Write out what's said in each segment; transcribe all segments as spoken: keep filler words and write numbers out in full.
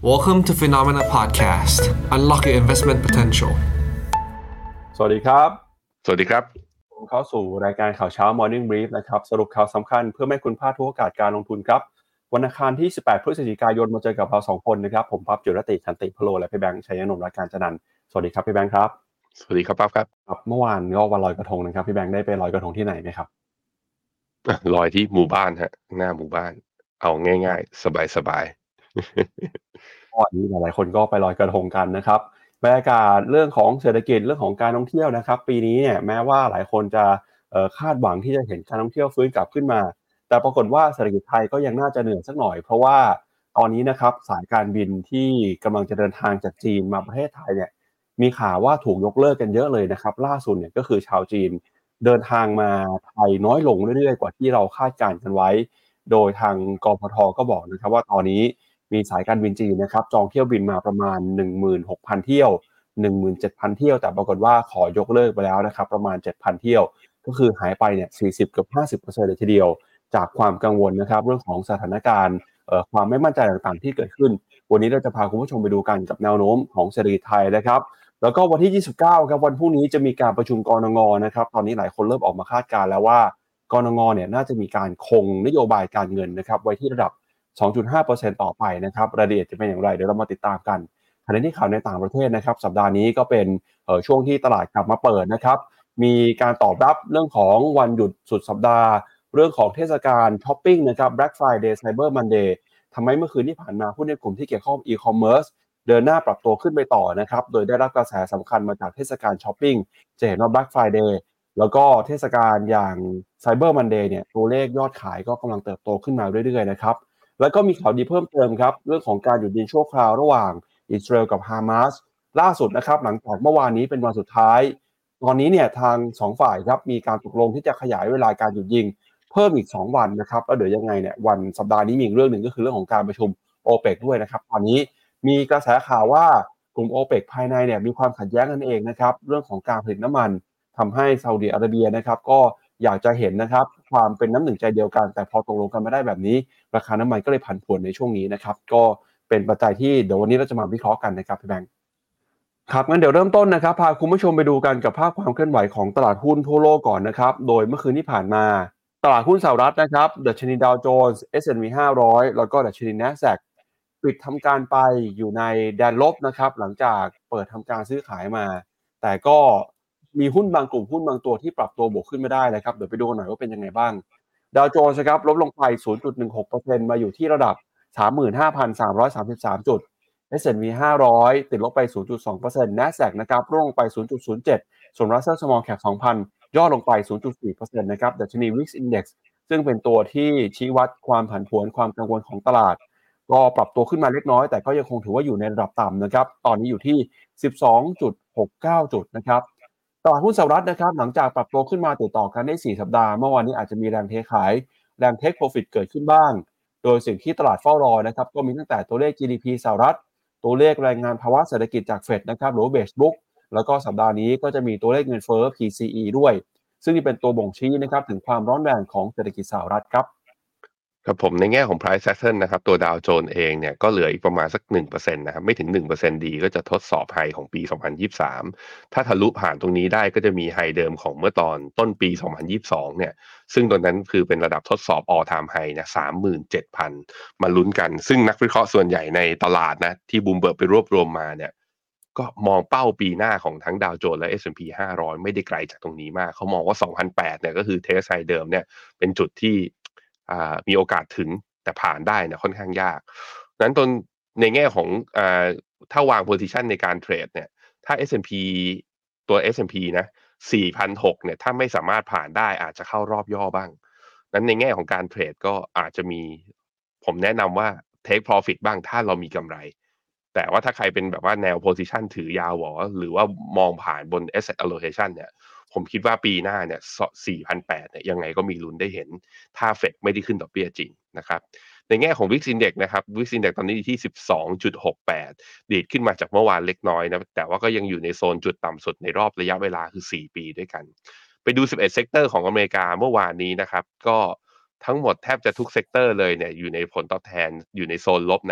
Welcome to Phenomena Podcast. Unlock your investment potential. สวัสดีครับสวัสดีครับผมเข้าสู่รายการข่าวเช้า Morning Brief นะครับสรุปข่าวสำคัญเพื่อไม่ให้คุณพลาดทุกโอกาสการลงทุนครับวันอังคารที่สิบแปดพฤศจิกายนมาเจอกับเราสองคนนะครับผมปั๊บจุรติขันติพโลและพี่แบงค์ชัยนนท์รักการจนันท์สวัสดีครับพี่แบงค์ครับสวัสดีครับปั๊บครับครับเมื่อวานก็วันลอยกระทงนะครับพี่แบงค์ได้ไปลอยกระทงที่ไหนไหมครับลอยที่หมู่บ้านฮะหน้าหมู่บ้านเอาง่ายๆสบายๆวันนี้หลายๆคนก็ไปลอยกระทงกันนะครับบรรยากาศเรื่องของเศรษฐกิจเรื่องของการท่องเที่ยวนะครับปีนี้เนี่ยแม้ว่าหลายคนจะเอ่อคาดหวังที่จะเห็นการท่องเที่ยวฟื้นกลับขึ้นมาแต่ปรากฏว่าเศรษฐกิจไทยก็ยังน่าจะเหนื่อยสักหน่อยเพราะว่าตอนนี้นะครับสายการบินที่กำลังจะเดินทางจากจีนมาประเทศไทยเนี่ยมีข่าวว่าถูกยกเลิกกันเยอะเลยนะครับล่าสุดเนี่ยก็คือชาวจีนเดินทางมาไทยน้อยลงเรื่อยๆกว่าที่เราคาดการณ์กันไว้โดยทางกพทก็บอกนะครับว่าตอนนี้มีสายการบินจีนนะครับจองเที่ยวบินมาประมาณ หนึ่งหมื่นหกพัน เที่ยว หนึ่งหมื่นเจ็ดพัน เที่ยวแต่ปรากฏว่าขอยกเลิกไปแล้วนะครับประมาณ เจ็ดพัน เที่ยวก็คือหายไปเนี่ยสี่สิบเกือบ ห้าสิบเปอร์เซ็นต์ เลยทีเดียวจากความกังวลนะครับเรื่องของสถานการณ์เอ่อความไม่มั่นใจต่างๆที่เกิดขึ้นวันนี้เราจะพาคุณผู้ชมไปดูกันกับแนวโน้มของเศรษฐกิจไทยนะครับแล้วก็วันที่ยี่สิบเก้าครับวันพรุ่งนี้จะมีการประชุมกนงนะครับตอนนี้หลายคนเริ่มออกมาคาดการณ์แล้วว่ากนงเนี่ยน่าจะมีการคงนโยบายการเงินนะครับไว้ที่ระดับ สองจุดห้าเปอร์เซ็นต์ ต่อไปนะครับรายละเอียดจะเป็นอย่างไรเดี๋ยวเรามาติดตามกันขณะที่ข่าวในต่างประเทศนะครับสัปดาห์นี้ก็เป็นเอ่อช่วงที่ตลาดกลับมาเปิดนะครับมีการตอบรับเรื่องของวันหยุดสุดสัปดาห์เรื่องของเทศกาลช้อปปิ้งนะครับ Black Friday Cyber Monday ทำให้เมื่อคืนที่ผ่านมาหุ้นในกลุ่มที่เกี่ยวข้อง e-commerce เดินหน้าปรับตัวขึ้นไปต่อนะครับโดยได้รับกระแสสำคัญมาจากเทศกาลช้อปปิ้งจะเห็นว่า Black Friday แล้วก็เทศกาลอย่าง Cyber Monday เนี่ยตัวเลขยอดขายก็กำลังเติบโตขึ้นมาเรื่อยๆนะครับแล้วก็มีข่าวดีเพิ่มเติมครับเรื่องของการหยุดยิงชั่วคราวระหว่างอิสราเอลกับฮามาสล่าสุดนะครับหลังจากเมื่อวานนี้เป็นวันสุดท้ายตอนนี้เนี่ยทางสองฝ่ายครับมีการตกลงที่จะขยายเวลาการหยุดยิงเพิ่มอีกสองวันนะครับแล้วเดี๋ยวยังไงเนี่ยวันสัปดาห์นี้มีอีกเรื่องหนึ่งก็คือเรื่องของการประชุม โอ เปก ด้วยนะครับตอนนี้มีกระแสข่าวว่ากลุ่ม โอ เปก ภายในเนี่ยมีความขัดแย้งกันเองนะครับเรื่องของการผลิตน้ำมันทำให้ซาอุดิอาระเบียนะครับก็อยากจะเห็นนะครับความเป็นน้ำหนึ่งใจเดียวกันแต่พอตกลงกันไม่ได้แบบนี้ราคาน้ำมันก็เลยผันผวนในช่วงนี้นะครับก็เป็นปัจจัยที่เดี๋ยววันนี้เราจะมาวิเคราะห์กันนะครับพี่แบงค์ครับงั้นเดี๋ยวเริ่มต้นนะครับพาคุณผู้ชมไปดูกันกับภาพความเคลื่อนไหวของตลาดหุ้นทั่วโลกก่อนนะครับโดยเมื่อคืนที่ผ่านมาตลาดหุ้นสหรัฐนะครับดัชนีดาวโจนส์ เอส แอนด์ พี ห้าร้อยแล้วก็ดัชนี NASDAQ ปิดทำการไปอยู่ในแดนลบนะครับหลังจากเปิดทำการซื้อขายมาแต่ก็มีหุ้นบางกลุ่มหุ้นบางตัวที่ปรับตัวบวกขึ้นไม่ได้นะครับเดี๋ยวไปดูกันหน่อยว่าเป็นยังไงบ้างดาวโจนส์ครับลบลงไป ศูนย์จุดหนึ่งหกเปอร์เซ็นต์ มาอยู่ที่ระดับ สามหมื่นห้าพันสามร้อยสามสิบสาม จุด เอส แอนด์ พี ห้าร้อยติดลบไป ศูนย์จุดสองเปอร์เซ็นต์ NASDAQ นะครับร่วงลงไป ศูนย์จุดศูนย์เจ็ด ส่วน Russell Small Cap สองพัน ย่อลงไป ศูนย์จุดสี่เปอร์เซ็นต์ นะครับดัชนี วี ไอ เอ็กซ์ Index ซึ่งเป็นตัวที่ชี้วัดความผันผวนความกังวลของตลาดก็ปรับตัวขึ้นมาเล็กน้อยแต่ก็ยังคงถือว่าอยู่ในระดับต่ำนะครับตอนนี้อยู่ที่ สิบสองจุดหกเก้า จุดนะครับตลาดหุ้นสหรัฐนะครับหลังจากปรับตัวขึ้นมาติดต่อกันได้สี่สัปดาห์เมื่อวานนี้อาจจะมีแรงเทขายแรงเทคโปรฟิตเกิดขึ้นบ้างโดยสิ่งที่ตลาดเฝ้ารอนะครับก็มีตั้งแต่ตัวเลข จี ดี พี สหรัฐตัวเลขรายงานภาวะเศรษฐกิจจากเฟดนะครับหรือ Beige Book แล้วก็สัปดาห์นี้ก็จะมีตัวเลขเงินเฟ้อ พี ซี อี ด้วยซึ่งนี่เป็นตัวบ่งชี้นะครับถึงความร้อนแรงของเศรษฐกิจสหรัฐครับครับผมในแง่ของ price action นะครับตัวดาวโจนส์เองเนี่ยก็เหลืออีกประมาณสัก หนึ่งเปอร์เซ็นต์ นะครับไม่ถึง หนึ่งเปอร์เซ็นต์ ดีก็จะทดสอบไฮของปี สองพันยี่สิบสาม ถ้าทะลุผ่านตรงนี้ได้ก็จะมีไฮเดิมของเมื่อตอนต้นปี สองพันยี่สิบสอง เนี่ยซึ่งตรงนั้นคือเป็นระดับทดสอบ all time high นะ สามหมื่นเจ็ดพัน มาลุ้นกันซึ่งนักวิเคราะห์ส่วนใหญ่ในตลาดนะที่บูมเบิร์กไปรวบรวมมาเนี่ยก็มองเป้าปีหน้าของทั้งดาวโจนส์และ เอส แอนด์ พี ห้าร้อยไม่ได้ไกลจากตรงนี้มากเขามองว่า สองพันแปด เนี่ยก็คือเทสไฮเดิมเนี่ยเป็นจุดที่อ่ามีโอกาสถึงแต่ผ่านได้เนี่ยค่อนข้างยากนั้นตนในแง่ของอ่าถ้าวาง position ในการเทรดเนี่ยถ้า เอส แอนด์ พี ตัว เอส แอนด์ พี นะ สี่พันหกร้อย เนี่ยถ้าไม่สามารถผ่านได้อาจจะเข้ารอบย่อบ้างนั้นในแง่ของการเทรดก็อาจจะมีผมแนะนำว่า take profit บ้างถ้าเรามีกำไรแต่ว่าถ้าใครเป็นแบบว่าแนว position ถือยาวหรือว่ามองผ่านบน asset allocation เนี่ยผมคิดว่าปีหน้าเนี่ย สี่พันแปดร้อย เนี่ยยังไงก็มีลุ้นได้เห็นถ้าเฟดไม่ได้ขึ้นดอกเบี้ยจริงนะครับในแง่ของ วี ไอ เอ็กซ์ Index นะครับ วี ไอ เอ็กซ์ Index ตอนนี้อยู่ที่ สิบสองจุดหกแปด ดีดขึ้นมาจากเมื่อวานเล็กน้อยนะแต่ว่าก็ยังอยู่ในโซนจุดต่ำสุดในรอบระยะเวลาคือสี่ปีด้วยกันไปดูสิบเอ็ดเซกเตอร์ของอเมริกาเมื่อวานนี้นะครับก็ทั้งหมดแทบจะทุกเซกเตอร์เลยเนี่ยอยู่ในผลตอบแทนอยู่ในโซนลบนะ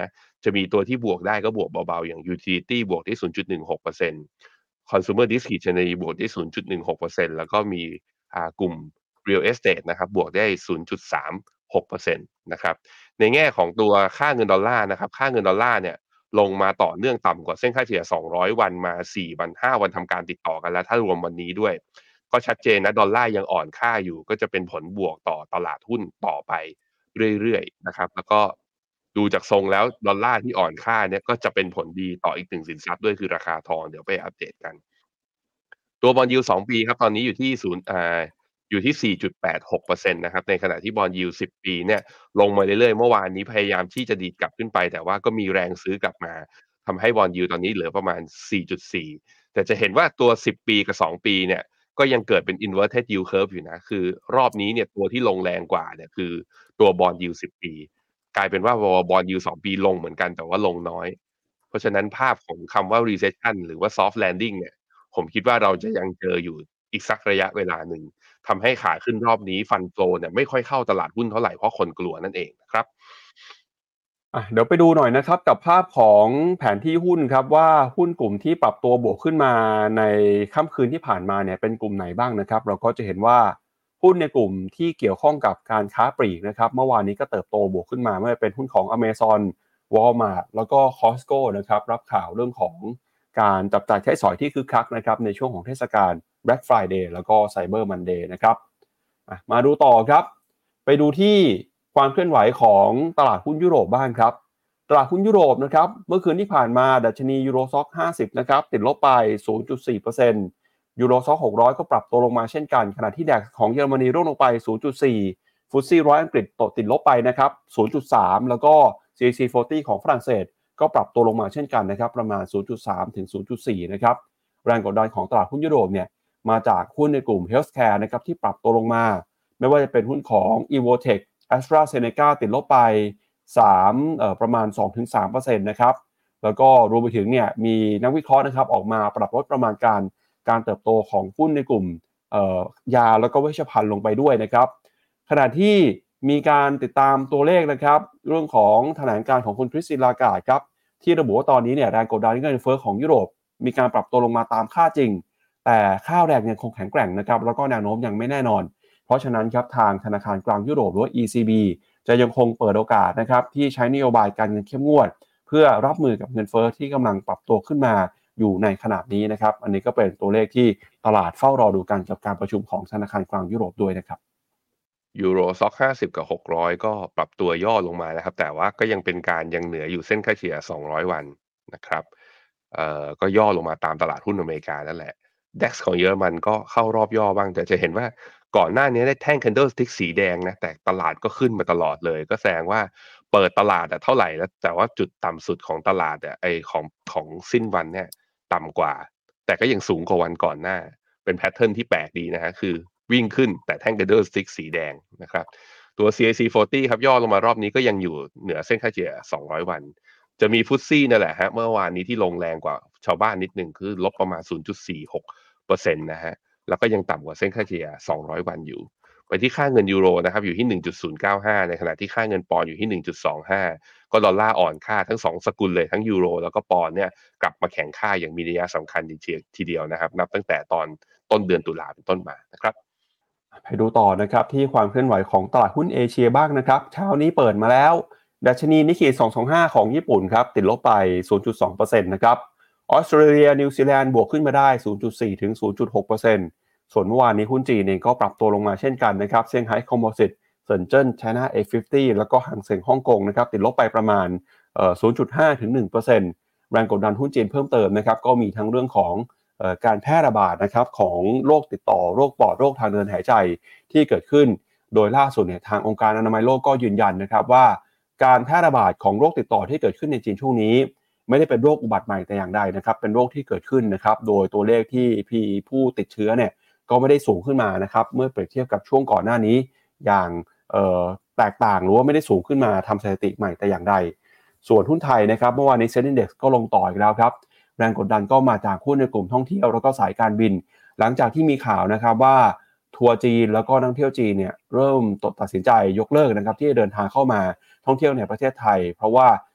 จะมีตัวที่บวกได้ก็บวกเบาๆอย่าง Utility บวกได้ ศูนย์จุดหนึ่งหกเปอร์เซ็นต์ Consumer Discretionary บวกได้ ศูนย์จุดหนึ่งหกเปอร์เซ็นต์ แล้วก็มีอ่ากลุ่ม Real Estate นะครับบวกได้ ศูนย์จุดสามหกเปอร์เซ็นต์ นะครับในแง่ของตัวค่าเงินดอลลาร์นะครับค่าเงินดอลลาร์เนี่ยลงมาต่อเนื่องต่ำกว่าเส้นค่าเฉลี่ยสองร้อยวันมาสี่วันห้าวันทำการติดต่อกันแล้วถ้ารวมวันนี้ด้วยก็ชัดเจนนะดอลลาร์ยังอ่อนค่าอยู่ก็จะเป็นผลบวกต่อตลาดหุ้นต่อไปเรื่อยๆนะครับแล้วก็ดูจากทรงแล้วดอลลาร์ที่อ่อนค่าเนี่ยก็จะเป็นผลดีต่ออีกหนึ่งสินทรัพย์ด้วยคือราคาทองเดี๋ยวไปอัปเดตกันตัวบอนด์ยิลด์สองปีครับตอนนี้อยู่ที่ศูนย์อ่าอยู่ที่ สี่จุดแปดหกเปอร์เซ็นต์ นะครับในขณะที่บอนด์ยิลด์สิบปีเนี่ยลงมาเรื่อยๆเมื่อวานนี้พยายามที่จะดีดกลับขึ้นไปแต่ว่าก็มีแรงซื้อกลับมาทำให้บอนด์ยิลด์ตอนนี้เหลือประมาณ สี่จุดสี่ แต่จะเห็นว่าตัวสิบปีกับสองปีเนี่ยก็ยังเกิดเป็น inverted yield curve อยู่นะคือรอบนี้เนี่ยตัวที่ลงแรงกว่าเนี่ยคือตัวบอนด์ยิลด์สิบปีกลายเป็นว่าบอนด์ยิลด์สองปีลงเหมือนกันแต่ว่าลงน้อยเพราะฉะนั้นภาพของคำว่า recession หรือว่า soft landing เนี่ยผมคิดว่าเราจะยังเจออยู่อีกสักระยะเวลาหนึ่งทำให้ขาขึ้นรอบนี้ฟันโฟลเนี่ยไม่ค่อยเข้าตลาดหุ้นเท่าไหร่เพราะคนกลัวนั่นเองนะครับอ่ะเดี๋ยวไปดูหน่อยนะครับกับภาพของแผนที่หุ้นครับว่าหุ้นกลุ่มที่ปรับตัวบวกขึ้นมาในค่ำคืนที่ผ่านมาเนี่ยเป็นกลุ่มไหนบ้างนะครับเราก็จะเห็นว่าหุ้นในกลุ่มที่เกี่ยวข้องกับการค้าปลีกนะครับเมื่อวานนี้ก็เติบโตบวกขึ้นมาไม่ว่าเป็นหุ้นของ Amazon Walmart แล้วก็ Costco นะครับรับข่าวเรื่องของการจับจ่ายใช้สอยที่คึกคักนะครับในช่วงของเทศกาล Black Friday แล้วก็ Cyber Monday นะครับอ่ะมาดูต่อครับไปดูที่ความเคลื่อนไหวของตลาดหุ้นยุโรปบ้างครับตลาดหุ้นยุโรปนะครับเมื่อคืนที่ผ่านมาดัชนียูโรซ็อกห้าสิบนะครับติดลบไป ศูนย์จุดสี่เปอร์เซ็นต์ ยูโรซ็อกหกร้อยก็ปรับตัวลงมาเช่นกันขณะที่ ดัค ของเยอรมนีร่วงลงไป ศูนย์จุดสี่ ฟุตซี่หนึ่งร้อยอังกฤษตกติดลบไปนะครับ ศูนย์จุดสาม แล้วก็ ซี เอ ซี สี่สิบของฝรั่งเศสก็ปรับตัวลงมาเช่นกันนะครับประมาณ ศูนย์จุดสาม ถึง ศูนย์จุดสี่ นะครับแรงกดดันของตลาดหุ้นยุโรปเนี่ยมาจากหุ้นในกลุ่ม Healthcare นะครับที่ปรับตัวลงมาไม่ว่าจะเป็นหุ้นของ Evotec AstraZeneca ติดลบไปสามเอ่อประมาณ สองถึงสามเปอร์เซ็นต์ นะครับแล้วก็รวมไปถึงเนี่ยมีนักวิเคราะห์นะครับออกมาปรับลดประมาณการการเติบโตของหุ้นในกลุ่มเอ่อยาแล้วก็เวชภัณฑ์ลงไปด้วยนะครับขณะที่มีการติดตามตัวเลขนะครับเรื่องของแถลงการของคุณคริสตินลาการ์ดครับที่ระบุว่าตอนนี้เนี่ยแรงกดดันเงินเฟ้อของยุโรปมีการปรับตัวลงมาตามค่าจริงแต่ค่าแรงยังคงแข็งแกร่งนะครับแล้วก็แนวโน้มยังไม่แน่นอนเพราะฉะนั้นครับทางธนาคารกลางยุโรปหรือว่า อี ซี บี จะยังคงเปิดโอกาสนะครับที่ใช้นโยบายการเงินเข้มงวดเพื่อรับมือกับเงินเฟ้อที่กำลังปรับตัวขึ้นมาอยู่ในขณะนี้นะครับอันนี้ก็เป็นตัวเลขที่ตลาดเฝ้ารอดูกันกับการประชุมของธนาคารกลางยุโรปด้วยนะครับยูโรซ็อกห้าสิบกับหกร้อยก็ปรับตัวย่อลงมานะครับแต่ว่าก็ยังเป็นการยังเหนืออยู่เส้นค่าเฉลี่ยสองร้อยวันนะครับเอ่อก็ย่อลงมาตามตลาดหุ้นอเมริกานั่นแหละ ดัค ของเยอรมันก็เข้ารอบย่อบ้างแต่จะเห็นว่าก่อนหน้านี้ได้แท่ง candlestick สีแดงนะแต่ตลาดก็ขึ้นมาตลอดเลยก็แสดงว่าเปิดตลาดอะเท่าไหร่แล้วแต่ว่าจุดต่ำสุดของตลาดอะไอของของสิ้นวันเนี่ยต่ำกว่าแต่ก็ยังสูงกว่าวันก่อนหน้าเป็นแพทเทิร์นที่แปลกดีนะฮะคือวิ่งขึ้นแต่แท่ง candlestick สีแดงนะครับตัว ซี เอ ซี สี่สิบครับย่อลงมารอบนี้ก็ยังอยู่เหนือเส้นค่าเฉลี่ยสองร้อยวันจะมีฟุตซี่นั่นแหละฮะเมื่อวานนี้ที่ลงแรงกว่าชาวบ้านนิดหนึ่งคือลบประมาณ ศูนย์จุดสี่หกเปอร์เซ็นต์ นะฮะแล้วก็ยังต่ำกว่าเส้นค่าเฉลี่ยสองร้อยวันอยู่ไปที่ค่าเงินยูโรนะครับอยู่ที่ หนึ่งจุดศูนย์เก้าห้า ในขณะที่ค่าเงินปอนด์อยู่ที่ หนึ่งจุดสองห้า ก็ดอลลาร์อ่อนค่าทั้งสองสกุลเลยทั้งยูโรแล้วก็ปอนด์เนี่ยกลับมาแข็งค่าอย่างมีนัยสำคัญทีเดียวนะครับนับตั้งแต่ตอนต้นเดือนตุลาเป็นต้นมานะครับไปดูต่อนะครับที่ความเคลื่อนไหวของตลาดหุ้นเอเชียบ้างนะครับเช้านี้เปิดมาแล้วดัชนีนิกเกอิสองร้อยยี่สิบห้าของญี่ปุ่นครับติดลบไป ศูนย์จุดสองเปอร์เซ็นต์ นะครับออสเตรเลียนิวซีแลนด์บวกขึ้นมาได้ ศูนย์จุดสี่ ถึง ศูนย์จุดหกเปอร์เซ็นต์ ส่วนเมื่อวานนี้หุ้นจีนเองก็ปรับตัวลงมาเช่นกันนะครับเซี่ยงไฮ้คอมโพสิตเซินเจิ้นไชน่า เอ ห้าสิบ แล้วก็หังเส็งฮ่องกงนะครับติดลบไปประมาณเอ่อ ศูนย์จุดห้า ถึง หนึ่งเปอร์เซ็นต์ แรงกดดันหุ้นจีนเพิ่มเติมนะครับก็มีทั้งเรื่องของเอ่อการแพร่ระบาดนะครับของโรคติดต่อโรคปอดโรคทางเดินหายใจที่เกิดขึ้นโดยล่าสุดเนี่ยทางองค์การอนามัยโลกก็ยืนยันนะครับว่าการแพร่ระบาดของโรคติดต่อที่เกิดขึ้นในจีนช่วงนี้ไม่ได้เป็นโรคอุบัติใหม่แต่อย่างใดนะครับเป็นโรคที่เกิดขึ้นนะครับโดยตัวเลขที่มีผู้ติดเชื้อเนี่ยก็ไม่ได้สูงขึ้นมานะครับเมื่อเปรียบเทียบกับช่วงก่อนหน้านี้อย่างเอ่อแตกต่างหรือว่าไม่ได้สูงขึ้นมาทำสถิติใหม่แต่อย่างใดส่วนหุ้นไทยนะครับเมื่อวานนี้เซ็น Index ก็ลงต่ออีกแล้วครับแรงกดดันก็มาจากหุ้นในกลุ่มท่องเที่ยวแล้วก็สายการบินหลังจากที่มีข่าวนะครับว่าทัวร์จีนแล้วก็นักท่องเที่ยวจีนเนี่ยเริ่มตัดสินใจยกเลิกนะครับที่จะเดินทางเข้ามาท่องเที่ยวในประเทศไทยเพราะว่า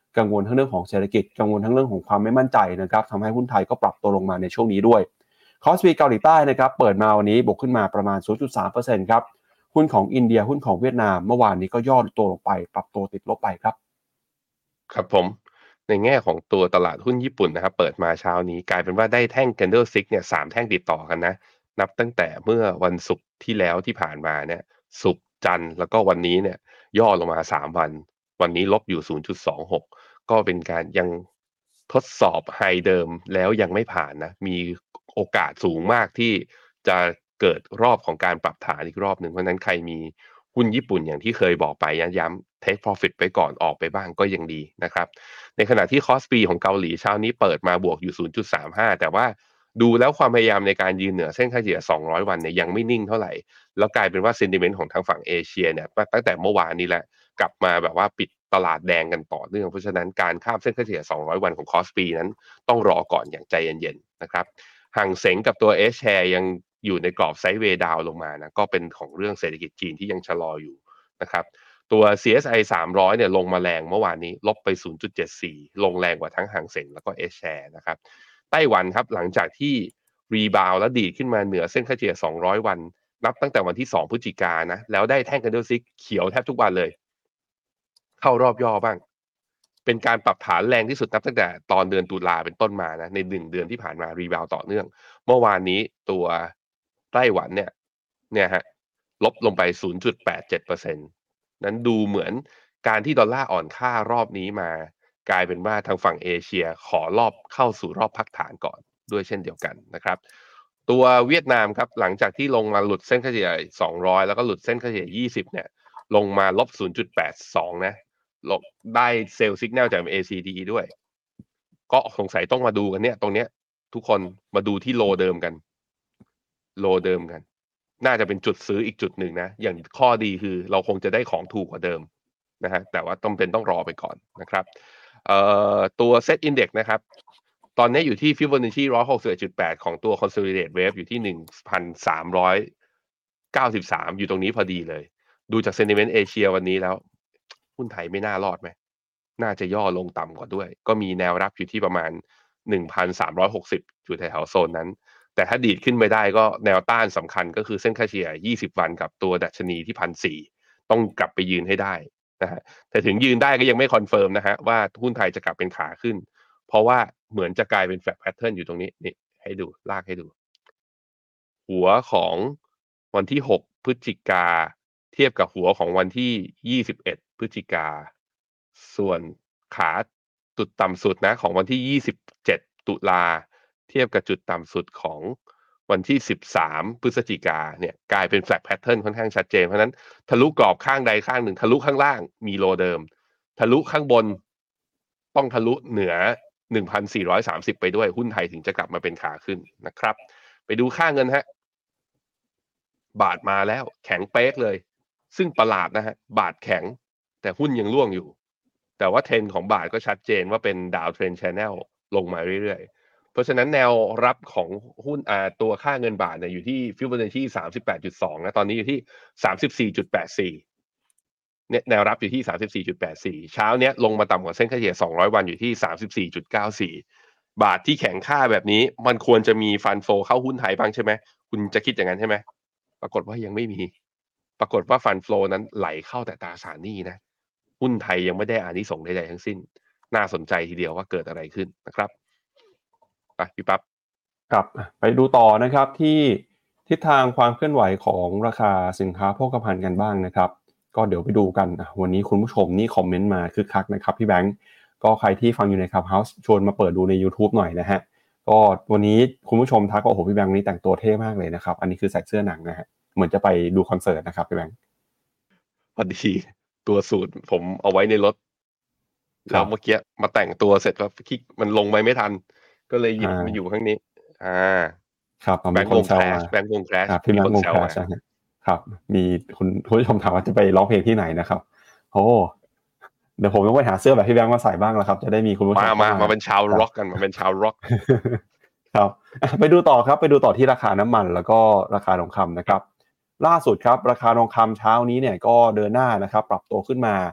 กังวลทั้งเรื่องของเศรษฐกิจกังวลทั้งเรื่องของความไม่มั่นใจนะครับทำให้หุ้นไทยก็ปรับตัวลงมาในช่วงนี้ด้วยคอสปีเกาหลีใต้นะครับเปิดมาวันนี้บวกขึ้นมาประมาณ ศูนย์ จุด สามเปอร์เซ็นต์ ครับหุ้นของอินเดียหุ้นของเวียดนามเมื่อวานนี้ก็ย่อตัวลงไปปรับตัวติดลบไปครับครับผมในแง่ของตัวตลาดหุ้นญี่ปุ่นนะครับเปิดมาเช้านี้กลายเป็นว่าได้แท่ง candlestick เนี่ยสามแท่งติดต่อกันนะนับตั้งแต่เมื่อวันศุกร์ที่แล้วที่ผ่านมาเนี่ยศุกร์จันทร์แล้วก็วันนี้เนี่ยย่อลงมาสามวันวันนี้ลบอยู่ ศูนย์จุดสองหก ก็เป็นการยังทดสอบไฮเดิมแล้วยังไม่ผ่านนะมีโอกาสสูงมากที่จะเกิดรอบของการปรับฐานอีกรอบหนึ่งเพราะนั้นใครมีหุ้นญี่ปุ่นอย่างที่เคยบอกไปย้ำ take profit ไปก่อนออกไปบ้างก็ยังดีนะครับในขณะที่คอสปีของเกาหลีเช้านี้เปิดมาบวกอยู่ ศูนย์จุดสามห้า แต่ว่าดูแล้วความพยายามในการยืนเหนือเส้นค่าเฉลี่ยสองร้อยวันเนี่ยยังไม่นิ่งเท่าไหร่แล้วกลายเป็นว่า sentiment ของทางฝั่งเอเชียเนี่ยตั้งแต่เมื่อวานนี้แหละกลับมาแบบว่าปิดตลาดแดงกันต่อเนื่องเพราะฉะนั้นการข้ามเส้นค่าเฉลี่ยสองร้อยวันของคอสปีนั้นต้องรอก่อนอย่างใจเย็นๆนะครับห่างเส็งกับตัว H share ยังอยู่ในกรอบไซด์เวย์ดาวลงมานะก็เป็นของเรื่องเศรษฐกิจจีนที่ยังชะลออยู่นะครับตัว ซี เอส ไอ สามร้อยเนี่ยลงมาแรงเมื่อวานนี้ลบไป ศูนย์จุดเจ็ดสี่ ลงแรงกว่าทั้งห่างเส็งแล้วก็ H share นะครับไต้หวันครับหลังจากที่รีบาวแล้วดีดขึ้นมาเหนือเส้นค่าเฉลี่ยสองร้อยวันนับตั้งแต่วันที่สองพฤศจิกายนนะแล้วได้แท่ง candlestick เขียวแทบทุกวันเลยเข้ารอบย่อบ้างเป็นการปรับฐานแรงที่สุดนับตั้งแต่ตอนเดือนตุลาเป็นต้นมานะในหนึ่งเดือนที่ผ่านมารีบาวต่อเนื่องเมื่อวานนี้ตัวไต้หวันเนี่ยเนี่ยฮะลบลงไป ศูนย์จุดแปดเจ็ดเปอร์เซ็นต์ นั้นดูเหมือนการที่ดอลลาร์อ่อนค่ารอบนี้มากลายเป็นว่าทางฝั่งเอเชียขอรอบเข้าสู่รอบพักฐานก่อนด้วยเช่นเดียวกันนะครับตัวเวียดนามครับหลังจากที่ลงมาหลุดเส้นค่าเฉลี่ยสองร้อยแล้วก็หลุดเส้นค่าเฉลี่ยยี่สิบเนี่ยลงมาลบ ศูนย์จุดแปดสอง นะลบได้เซลล์สัญญาณจาก เอ ซี ดี ด้วยก็สงสัยต้องมาดูกันเนี่ยตรงเนี้ยทุกคนมาดูที่โลเดิมกันโลเดิมกันน่าจะเป็นจุดซื้ออีกจุดหนึ่งนะอย่างข้อดีคือเราคงจะได้ของถูกกว่าเดิมนะฮะแต่ว่าต้องเป็นต้องรอไปก่อนนะครับเอ่อตัว Set Index นะครับตอนนี้อยู่ที่ Fibonacci หนึ่งร้อยหกสิบเอ็ดจุดแปด ของตัว Consolidate Wave อยู่ที่ หนึ่งพันสามร้อยเก้าสิบสาม อยู่ตรงนี้พอดีเลยดูจาก Sentiment Asia วันนี้แล้วหุ้นไทยไม่น่ารอดไหมน่าจะย่อลงต่ำกว่าด้วยก็มีแนวรับอยู่ที่ประมาณ หนึ่งพันสามร้อยหกสิบ อยู่แถวๆโซนนั้นแต่ถ้าดีดขึ้นไม่ได้ก็แนวต้านสำคัญก็คือเส้นค่าเฉลี่ยยี่สิบวันกับตัวดัชนีที่ หนึ่งพันสี่ร้อย ต้องกลับไปยืนให้ได้นะฮะแต่ถึงยืนได้ก็ยังไม่คอนเฟิร์มนะฮะว่าหุ้นไทยจะกลับเป็นขาขึ้นเพราะว่าเหมือนจะกลายเป็นแฟลตแพทเทิร์นอยู่ตรงนี้นี่ให้ดูลากให้ดูหัวของวันที่หกพฤศจิกาเทียบกับหัวของวันที่ยี่สิบเอ็ดพฤศจิกาส่วนขาจุดต่ำสุดนะของวันที่ยี่สิบเจ็ดตุลาเทียบกับจุดต่ำสุดของวันที่สิบสามพฤศจิกาเนี่ยกลายเป็นแฟลตแพทเทิร์นค่อนข้างชัดเจนเพราะนั้นทะลุกรอบข้างใดข้างหนึ่งทะลุข้างล่างมีโลเดิมทะลุข้างบนต้องทะลุเหนือ หนึ่งพันสี่ร้อยสามสิบ ไปด้วยหุ้นไทยถึงจะกลับมาเป็นขาขึ้นนะครับไปดูค่าเงินฮะบาทมาแล้วแข็งเป๊กเลยซึ่งประหลาดนะฮะบาทแข็งแต่หุ้นยังร่วงอยู่แต่ว่าเทรนด์ของบาทก็ชัดเจนว่าเป็นดาวเทรนด์ Channel ลงมาเรื่อยๆเพราะฉะนั้นแนวรับของหุ้นอ่าตัวค่าเงินบาทเนี่ยอยู่ที่ Fibonacci สามสิบแปดจุดสอง นะตอนนี้อยู่ที่ สามสิบสี่จุดแปดสี่ เนี่ยแนวรับอยู่ที่ สามสิบสี่จุดแปดสี่ เช้าเนี้ยลงมาต่ำกว่าเส้นค่าเฉลี่ยสองร้อยวันอยู่ที่ สามสิบสี่จุดเก้าสี่ บาทที่แข็งค่าแบบนี้มันควรจะมีฟันโฟเข้าหุ้นไทยบ้างใช่ไหมคุณจะคิดอย่างนั้นใช่ไหมปรากฏว่ายังไม่มีปรากฏว่าฟันโฟนั้นไหลเข้าแต่ตราสารหนี้นะหุ้นไทยยังไม่ได้อานิสงส์ใดๆทั้งสิ้นน่าสนใจทีเดียวว่าเกิดอะไรขึ้นนะครับไปพี่ปั๊บครับไปดูต่อนะครับที่ทิศทางความเคลื่อนไหวของราคาสินค้าโภคภัณฑ์กันบ้างนะครับก็เดี๋ยวไปดูกันวันนี้คุณผู้ชมนี่คอมเมนต์มาคึกคักนะครับพี่แบงค์ก็ใครที่ฟังอยู่ใน Clubhouse ชวนมาเปิดดูใน YouTube หน่อยนะฮะก็วันนี้คุณผู้ชมทักว่าโอ้โหพี่แบงค์นี่แต่งตัวเท่มากเลยนะครับอันนี้คือใส่เสื้อหนังนะฮะเหมือนจะไปดูคอนเสิร์ตนะครับพี่แบงค์พอดีตัวสูตรผมเอาไว้ในรถแล้วเมื่อกี้มาแต่งตัวเสร็จแล้วคิดมันลงไปไม่ทันก็เลยหยิบมาอยู่ข้างนี้อ่าครับแบงค์วงแคลชแบงค์วงแคลชพี่แบงค์วงแคลชครับมีคุณผู้ชมถามว่าจะไปร้องเพลงที่ไหนนะครับโอ้เดี๋ยวผมต้องไปหาเสื้อแบบพี่แบงค์มาใส่บ้างแล้วครับจะได้มีคุณผู้ชมมามามาเป็นชาวร็อกกันมาเป็นชาวร็อกครับไปดูต่อครับไปดูต่อที่ราคาน้ำมันแล้วก็ราคาทองคำนะครับล่าสุดครับราคาทองคำเช้านี้เนี่ยก็เดินหน้านะครับปรับตัวขึ้นมา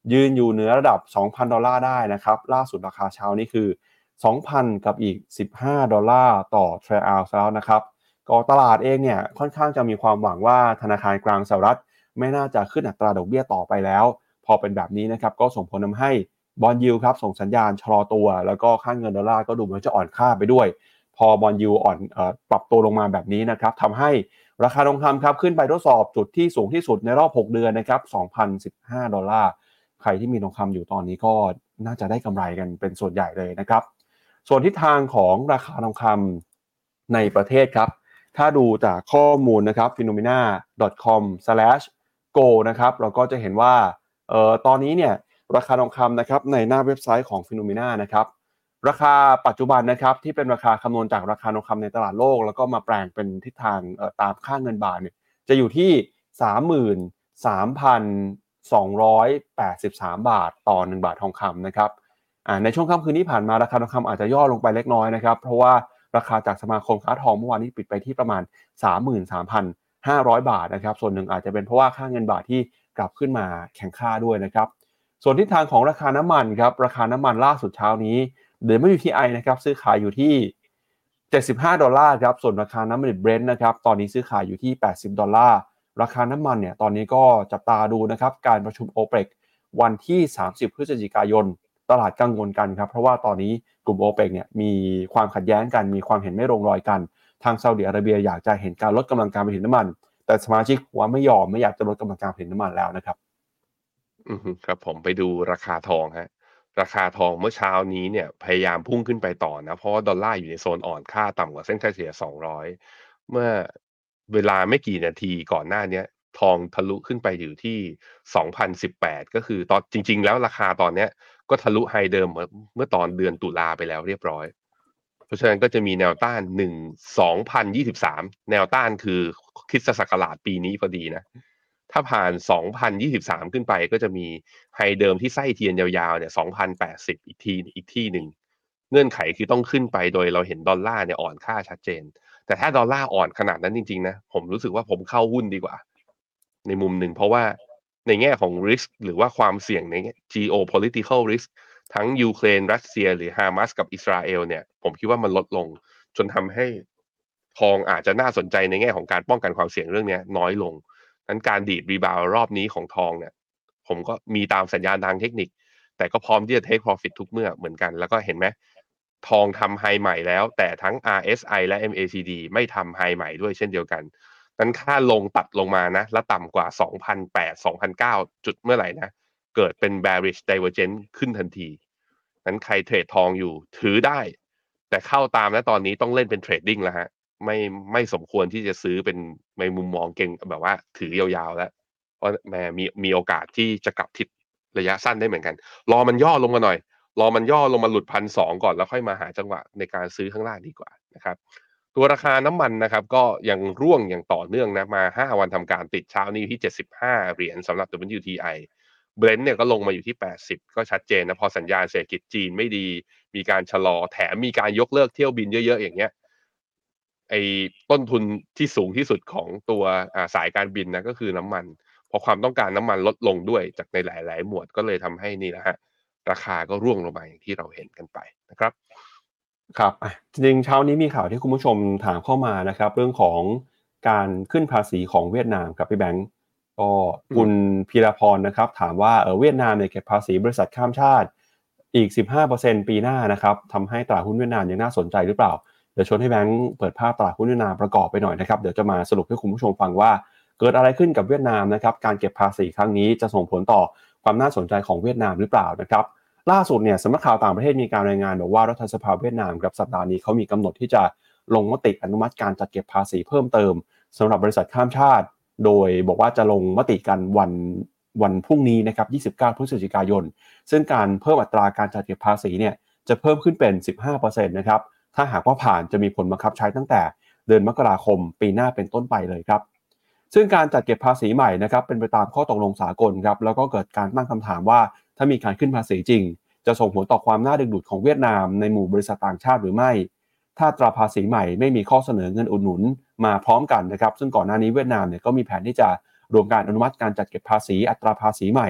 ยืนอยู่เหนือระดับ สองพัน ดอลลาร์ได้นะครับล่าสุดราคาเช้านี้คือ สองพัน กับอีกสิบห้าดอลลาร์ต่อทรัลล์แล้วนะครับก็ตลาดเองเนี่ยค่อนข้างจะมีความหวังว่าธนาคารกลางสหรัฐไม่น่าจะขึ้นอัตราดอกเบี้ยต่อไปแล้วพอเป็นแบบนี้นะครับก็ส่งผลทำให้บอนด์ยิลด์ครับส่งสัญญาณชะลอตัวแล้วก็ค่าเงินดอลลาร์ก็ดูเหมือนจะอ่อนค่าไปด้วยพอบอนด์ยิลด์อ่อนเอ่อปรับตัวลงมาแบบนี้นะครับทำให้ราคาทองคำครับขึ้นไปทดสอบจุดที่สูงที่สุดในรอบหกเดือนนะครับ สองพันสิบห้า ดอลลาร์ใครที่มีทองคำอยู่ตอนนี้ก็น่าจะได้กำไรกันเป็นส่วนใหญ่เลยนะครับส่วนทิศทางของราคาทองคำในประเทศครับถ้าดูจากข้อมูลนะครับ ฟีโนเมนา ดอท คอม สแลช โก นะครับเราก็จะเห็นว่าเอ่อตอนนี้เนี่ยราคาทองคำนะครับในหน้าเว็บไซต์ของ Phenomena นะครับราคาปัจจุบันนะครับที่เป็นราคาคำนวณจากราคาทองคำในตลาดโลกแล้วก็มาแปลงเป็นทิศทางเอ่อตามค่าเงินบาทเนี่ยจะอยู่ที่ สามหมื่นสามพันสองร้อยแปดสิบสาม บาทต่อหนึ่งบาททองคำนะครับอ่าในช่วงค่ำคืนที่ผ่านมาราคาทองคำอาจจะย่อลงไปเล็กน้อยนะครับเพราะว่าราคาจากสมาคมค้าทองเมื่อวานนี้ปิดไปที่ประมาณ สามหมื่นสามพันห้าร้อย บาทนะครับส่วนหนึ่งอาจจะเป็นเพราะว่าค่าเงินบาทที่กลับขึ้นมาแข็งค่าด้วยนะครับส่วนทิศทางของราคาน้ำมันครับราคาน้ำมันล่าสุดเช้านี้เด ดับเบิลยู ที ไอ นะครับซื้อขายอยู่ที่เจ็ดสิบห้าดอลลาร์ครับส่วนราคาน้ำมันดิบ Brent นะครับตอนนี้ซื้อขายอยู่ที่แปดสิบดอลลาร์ราคาน้ำมันเนี่ยตอนนี้ก็จับตาดูนะครับการประชุม โอเปก วันที่สามสิบพฤศจิกายนตลาดกังวลกันครับเพราะว่าตอนนี้กลุ่ม โอเปก เนี่ยมีความขัดแย้งกันมีความเห็นไม่ลงรอยกันทางซาอุดิอาระเบียอยากจะเห็นการลดกำลังการผลิตน้ำมันแต่สมาชิกว่าไม่ยอมไม่อยากจะลดกำลังการผลิตน้ำมันแล้วนะครับอือฮึครับผมไปดูราคาทองฮะราคาทองเมื่อเช้านี้เนี่ยพยายามพุ่งขึ้นไปต่อนะเพราะว่าดอลลาร์อยู่ในโซนอ่อนค่าต่ำกว่าเส้นค่าเฉลี่ยสองร้อยเมื่อเวลาไม่กี่นาทีก่อนหน้าเนี้ยทองทะลุขึ้นไปอยู่ที่สองพันสิบแปดก็คือตอนจริงๆแล้วราคาตอนเนี้ยก็ทะลุไฮเดิมเมื่อเมื่อตอนเดือนตุลาไปแล้วเรียบร้อยเพราะฉะนั้นก็จะมีแนวต้านหนึ่ง สองพันยี่สิบสามแนวต้านคือคริสตศักราชปีนี้พอดีนะถ้าผ่านสองพันยี่สิบสามขึ้นไปก็จะมีไฮเดิมที่ไส้เทียนยาวๆเนี่ยสองพันแปดสิบอีกทีอีกที่หนึ่งเงื่อนไขคือต้องขึ้นไปโดยเราเห็นดอลลาร์เนี่ยอ่อนค่าชัดเจนแต่ถ้าดอลลาร์อ่อนขนาดนั้นจริงๆนะผมรู้สึกว่าผมเข้าหุ้นดีกว่าในมุมหนึ่งเพราะว่าในแง่ของ risk หรือว่าความเสี่ยงใน geopolitical risk ทั้งยูเครนรัสเซียหรือฮามาสกับอิสราเอลเนี่ยผมคิดว่ามันลดลงจนทำให้ทองอาจจะน่าสนใจในแง่ของการป้องกันความเสี่ยงเรื่องนี้น้อยลงนั้นการดีดรีบาวรอบนี้ของทองเนี่ยผมก็มีตามสัญญาณทางเทคนิคแต่ก็พร้อมที่จะ take profit ทุกเมื่อเหมือนกันแล้วก็เห็นไหมทองทำไฮใหม่แล้วแต่ทั้ง อาร์ เอส ไอ และ เอ็ม เอ ซี ดี ไม่ทำไฮใหม่ด้วยเช่นเดียวกันนั้นค่าลงตัดลงมานะและต่ำกว่า สองพันแปดร้อย สองพันเก้าร้อย จุดเมื่อไหร่นะเกิดเป็น bearish divergence ขึ้นทันทีนั้นใครเทรดทองอยู่ถือได้แต่เข้าตามแล้วตอนนี้ต้องเล่นเป็นเทรดดิ้งแล้วฮะไม่ไม่สมควรที่จะซื้อเป็นในมุมมองเก่งแบบว่าถือยาวๆแล้วเพราะแม่มีมีโอกาสที่จะกลับทิศระยะสั้นได้เหมือนกันรอมันย่อลงมาหน่อยรอมันย่อลงมาหลุดพันสองก่อนแล้วค่อยมาหาจังหวะในการซื้อข้างล่างดีกว่านะครับตัวราคาน้ำมันนะครับก็ยังร่วงอย่างต่อเนื่องนะมาห้าวันทำการติดเช้านี้ที่เจ็ดสิบห้าเหรียญสำหรับ ดับเบิลยู ที ไอ Brent เนี่ยก็ลงมาอยู่ที่แปดสิบก็ชัดเจนนะพอสัญญาณเศรษฐกิจจีนไม่ดีมีการชะลอแถมมีการยกเลิกเที่ยวบินเยอะๆอย่างเงี้ยไอ้ต้นทุนที่สูงที่สุดของตัวอ่าสายการบินนะก็คือน้ำมันพอความต้องการน้ำมันลดลงด้วยจากในหลายๆหมวดก็เลยทำให้นี่แหละฮะราคาก็ร่วงลงมาอย่างที่เราเห็นกันไปนะครับครับจริงๆเช้านี้มีข่าวที่คุณผู้ชมถามเข้ามานะครับเรื่องของการขึ้นภาษีของเวียดนามครับพี่แบงก์ก็คุณพีรพรนะครับถามว่าเออเวียดนามเนี่ยเก็บภาษีบริษัทข้ามชาติอีก สิบห้าเปอร์เซ็นต์ ปีหน้านะครับทำให้ตลาดหุ้นเวียดนามยังน่าสนใจหรือเปล่าเดี๋ยวชวนให้แบงก์เปิดภาพตลาดหุ้นเวียดนามประกอบไปหน่อยนะครับเดี๋ยวจะมาสรุปให้คุณผู้ชมฟังว่าเกิดอะไรขึ้นกับเวียดนามนะครับการเก็บภาษีครั้งนี้จะส่งผลต่อความน่าสนใจของเวียดนามหรือเปล่านะครับล่าสุดเนี่ยสำนักข่าวต่างประเทศมีการรายงานบอกว่ารัฐสภาเวียดนามครับสัปดาห์นี้เขามีกำหนดที่จะลงมติอนุมัติการจัดเก็บภาษีเพิ่มเติมสำหรับบริษัทข้ามชาติโดยบอกว่าจะลงมติกันวันวันพรุ่งนี้นะครับยี่สิบเก้าพฤศจิกายนซึ่งการเพิ่มอัตราการจัดเก็บภาษีเนี่ยจะเพิ่มขึ้นเป็น สิบห้าเปอร์เซ็นต์ นะครับถ้าหากว่าผ่านจะมีผลบังคับใช้ตั้งแต่เดือนมกราคมปีหน้าเป็นต้นไปเลยครับซึ่งการจัดเก็บภาษีใหม่นะครับเป็นไปตามข้อตกลงสากลครับแล้วก็เกิดการตั้งคำถามว่าถ้ามีการขึ้นภาษีจริงจะส่งผลต่อความน่าดึงดูดของเวียดนามในหมู่บริษัทต่างชาติหรือไม่ถ้าอัตราภาษีใหม่ไม่มีข้อเสนอเงินอุดหนุนมาพร้อมกันนะครับซึ่งก่อนหน้านี้เวียดนามเนี่ยก็มีแผนที่จะรวมการอนุมัติการจัดเก็บภาษีอัตราภาษีใหม่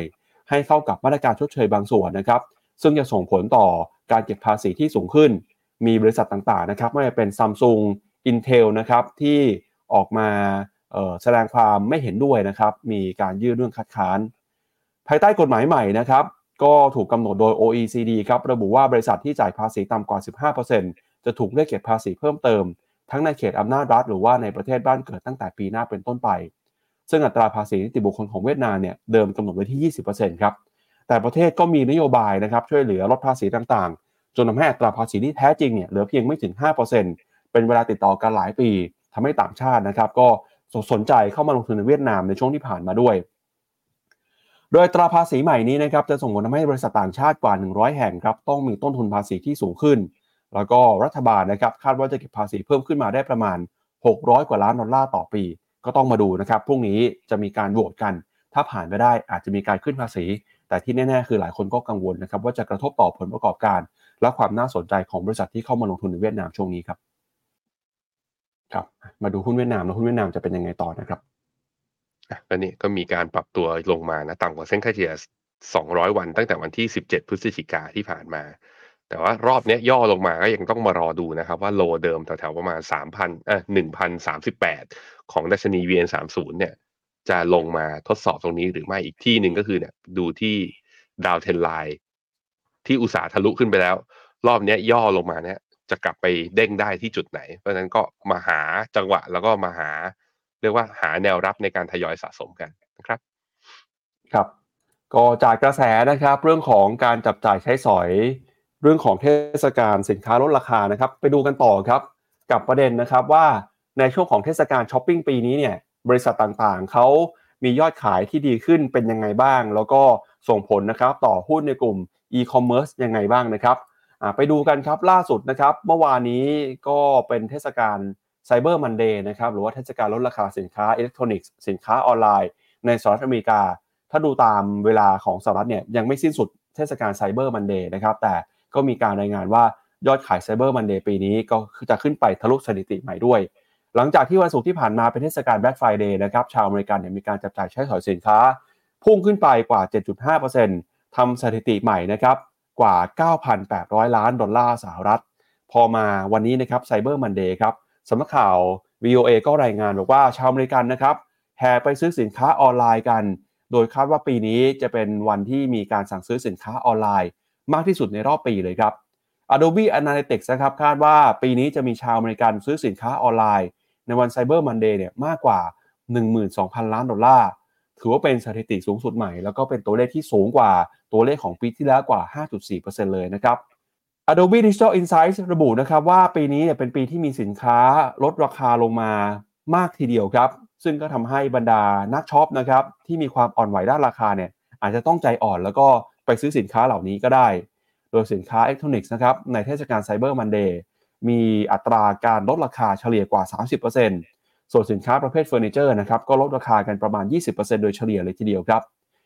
ให้เข้ากับมาตรการชดเชยบางส่วนนะครับซึ่งจะส่งผลต่อการเก็บภาษีที่สูงขึ้นมีบริษัทต่างๆนะครับไม่ว่าจะเป็น Samsung Intel นะครับที่ออกมาเอ่อแสดงความไม่เห็นด้วยนะครับมีการยื่นเรื่องคัดค้านภายใต้กฎหมายใหม่นะครับก็ถูกกำหนดโดย โอ อี ซี ดี ครับระบุว่าบริษัทที่จ่ายภาษีต่ำกว่า สิบห้าเปอร์เซ็นต์ จะถูกเรียกเก็บภาษีเพิ่มเติมทั้งในเขตอำนาจรัฐหรือว่าในประเทศบ้านเกิดตั้งแต่ปีหน้าเป็นต้นไปซึ่งอัตราภาษีนิติบุคคลของเวียดนามเนี่ยเดิมกำหนดไว้ที่ ยี่สิบเปอร์เซ็นต์ ครับแต่ประเทศก็มีนโยบายนะครับช่วยเหลือลดภาษีต่างๆจนทำให้อัตราภาษีที่แท้จริงเนี่ยเหลือเพียงไม่ถึง ห้าเปอร์เซ็นต์ เป็นเวลาติดต่อกันหลายปีทำให้ต่างชาตินะครับก็สนใจเข้ามาลงทุนในเวียดนามในช่วงที่ผ่านมาด้วยโดยอัตราภาษีใหม่นี้นะครับจะส่งผลทำให้บริษัทต่างชาติกว่าหนึ่งร้อยแห่งครับต้องมีต้นทุนภาษีที่สูงขึ้นแล้วก็รัฐบาลนะครับคาดว่าจะเก็บภาษีเพิ่มขึ้นมาได้ประมาณหกร้อยกว่าล้านดอลลาร์ต่อปีก็ต้องมาดูนะครับพรุ่งนี้จะมีการโหวตกันถ้าผ่านไปได้อาจจะมีการขึ้นภาษีแต่ที่แน่ๆคือหลายคนก็กังวลนะครับว่าจะกระทบต่อผลประกอบการและความน่าสนใจของบริษัทที่เข้ามาลงทุนในเวียดนามช่วงนี้ครับครับมาดูหุ้นเวียดนามแล้วหุ้นเวียดนามจะเป็นยังไงต่อนะครับก็นี่ก็มีการปรับตัวลงมานะต่ำกว่าเส้นค่าเฉลี่ยสองร้อยวันตั้งแต่วันที่สิบเจ็ดพฤศจิกายนที่ผ่านมาแต่ว่ารอบนี้ย่อลงมาก็ยังต้องมารอดูนะครับว่าโลเดิมแถวๆประมาณ สามพัน เอ่อ หนึ่งพันสามสิบแปด ของดัชนี วี เอ็น สามสิบ เนี่ยจะลงมาทดสอบตรงนี้หรือไม่อีกที่หนึ่งก็คือเนี่ยดูที่ดาวเทนไลน์ที่อุตสาห์ทะลุขึ้นไปแล้วรอบนี้ย่อลงมาเนี่ยจะกลับไปเด้งได้ที่จุดไหนเพราะฉะนั้นก็มาหาจังหวะแล้วก็มาหาเรียกว่าหาแนวรับในการทยอยสะสมกันนะครับครับก็จากกระแสนะครับเรื่องของการจับจ่ายใช้สอยเรื่องของเทศกาลสินค้าลดราคานะครับไปดูกันต่อครับกับประเด็นนะครับว่าในช่วงของเทศกาลช้อปปิ้งปีนี้เนี่ยบริษัทต่างๆเขามียอดขายที่ดีขึ้นเป็นยังไงบ้างแล้วก็ส่งผลนะครับต่อหุ้นในกลุ่มอีคอมเมิร์ซยังไงบ้างนะครับไปดูกันครับล่าสุดนะครับเมื่อวานนี้ก็เป็นเทศกาลไซเบอร์มันเดย์นะครับหรือว่าเทศกาลลดราคาสินค้าอิเล็กทรอนิกส์สินค้าออนไลน์ในสหรัฐอเมริกาถ้าดูตามเวลาของสหรัฐเนี่ยยังไม่สิ้นสุดเทศกาลไซเบอร์มันเดย์นะครับแต่ก็มีการรายงานว่ายอดขายไซเบอร์มันเดย์ปีนี้ก็จะขึ้นไปทะลุสถิติใหม่ด้วยหลังจากที่วันศุกร์ที่ผ่านมาเป็นเทศกาล Black Friday นะครับชาวอเมริกันเนี่ยมีการจับจ่ายใช้สอยสินค้าพุ่งขึ้นไปกว่า เจ็ดจุดห้าเปอร์เซ็นต์ ทำสถิติใหม่นะครับกว่า เก้าพันแปดร้อย ล้านดอลลาร์สหรัฐพอมาวันนี้นะครับไซเบอร์มันเดย์ครับสำนักข่าว วี โอ เอ ก็รายงานบอกว่าชาวอเมริกันนะครับแห่ไปซื้อสินค้าออนไลน์กันโดยคาดว่าปีนี้จะเป็นวันที่มีการสั่งซื้อสินค้าออนไลน์มากที่สุดในรอบปีเลยครับ Adobe Analytics นะครับคาดว่าปีนี้จะมีชาวอเมริกันซื้อสินค้าออนไลน์ในวัน Cyber Monday เนี่ยมากกว่า หนึ่งหมื่นสองพัน ล้านดอลลาร์ถือว่าเป็นสถิติสูงสุดใหม่แล้วก็เป็นตัวเลขที่สูงกว่าตัวเลขของปีที่แล้วกว่า ห้าจุดสี่เปอร์เซ็นต์ เลยนะครับ Adobe Digital Insights ระบุนะครับว่าปีนี้เนี่ยเป็นปีที่มีสินค้าลดราคาลงมามากทีเดียวครับซึ่งก็ทำให้บรรดานักช็อปนะครับที่มีความอ่อนไหวด้านราคาเนี่ยอาจจะต้องใจอ่อนแล้วก็ไปซื้อสินค้าเหล่านี้ก็ได้โดยสินค้าอิเล็กทรอนิกส์นะครับในเทศกาล Cyber Monday มีอัตราการลดราคาเฉลี่ยกว่า สามสิบเปอร์เซ็นต์ ส่วนสินค้าประเภทเฟอร์นิเจอร์นะครับก็ลดราคากันประมาณ ยี่สิบเปอร์เซ็นต์ โดยเฉลี่ยเลยทีเดียวครับ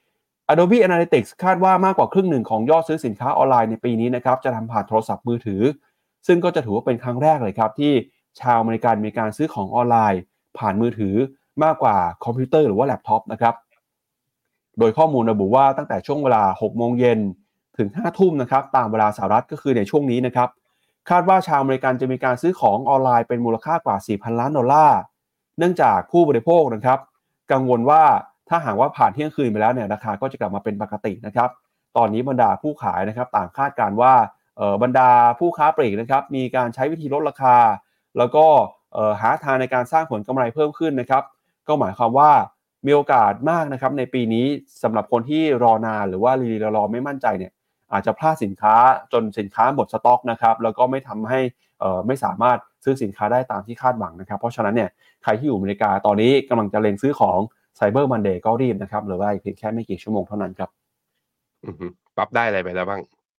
Adobe Analytics คาดว่ามากกว่าครึ่งหนึ่งของยอดซื้อสินค้าออนไลน์ในปีนี้นะครับจะทำผ่านโทรศัพท์มือถือซึ่งก็จะถือว่าเป็นครั้งแรกเลยครับที่ชาวอเมริกันมีการซื้อของออนไลน์ผ่านมือถือมากกว่าคอมพิวเตอร์หรือว่าแล็ปท็อปนะครับโดยข้อมูลระบุว่าตั้งแต่ช่วงเวลา หกโมงเย็นถึง ห้าทุ่มนะครับตามเวลาสหรัฐก็คือในช่วงนี้นะครับคาดว่าชาวอเมริกันจะมีการซื้อของออนไลน์เป็นมูลค่ากว่า สี่พัน ล้านดอลลาร์เนื่องจากผู้บริโภคนะครับกังวลว่าถ้าหากว่าผ่านเที่ยงคืนไปแล้วเนี่ยราคาก็จะกลับมาเป็นปกตินะครับตอนนี้บรรดาผู้ขายนะครับต่างคาดการณ์ว่าเอ่อบรรดาผู้ค้าปลีกนะครับมีการใช้วิธีลดราคาแล้วก็เอ่อหาทางในการสร้างผลกำไรเพิ่มขึ้นนะครับก็หมายความว่ามีโอกาสมากนะครับในปีนี้สำหรับคนที่รอนานหรือว่ารีรอไม่มั่นใจเนี่ยอาจจะพลาดสินค้าจนสินค้าหมดสต็อกนะครับแล้วก็ไม่ทำให้เอ่อไม่สามารถซื้อสินค้าได้ตามที่คาดหวังนะครับเพราะฉะนั้นเนี่ยใครที่อยู่อเมริกาตอนนี้กำลังจะเล็งซื้อของ Cyber Monday ก็รีบนะครับหรือว่าเพียงแค่ไม่กี่ชั่วโมงเท่านั้นครับอือฮึปรับได้อะไรไปแล้วบ้าง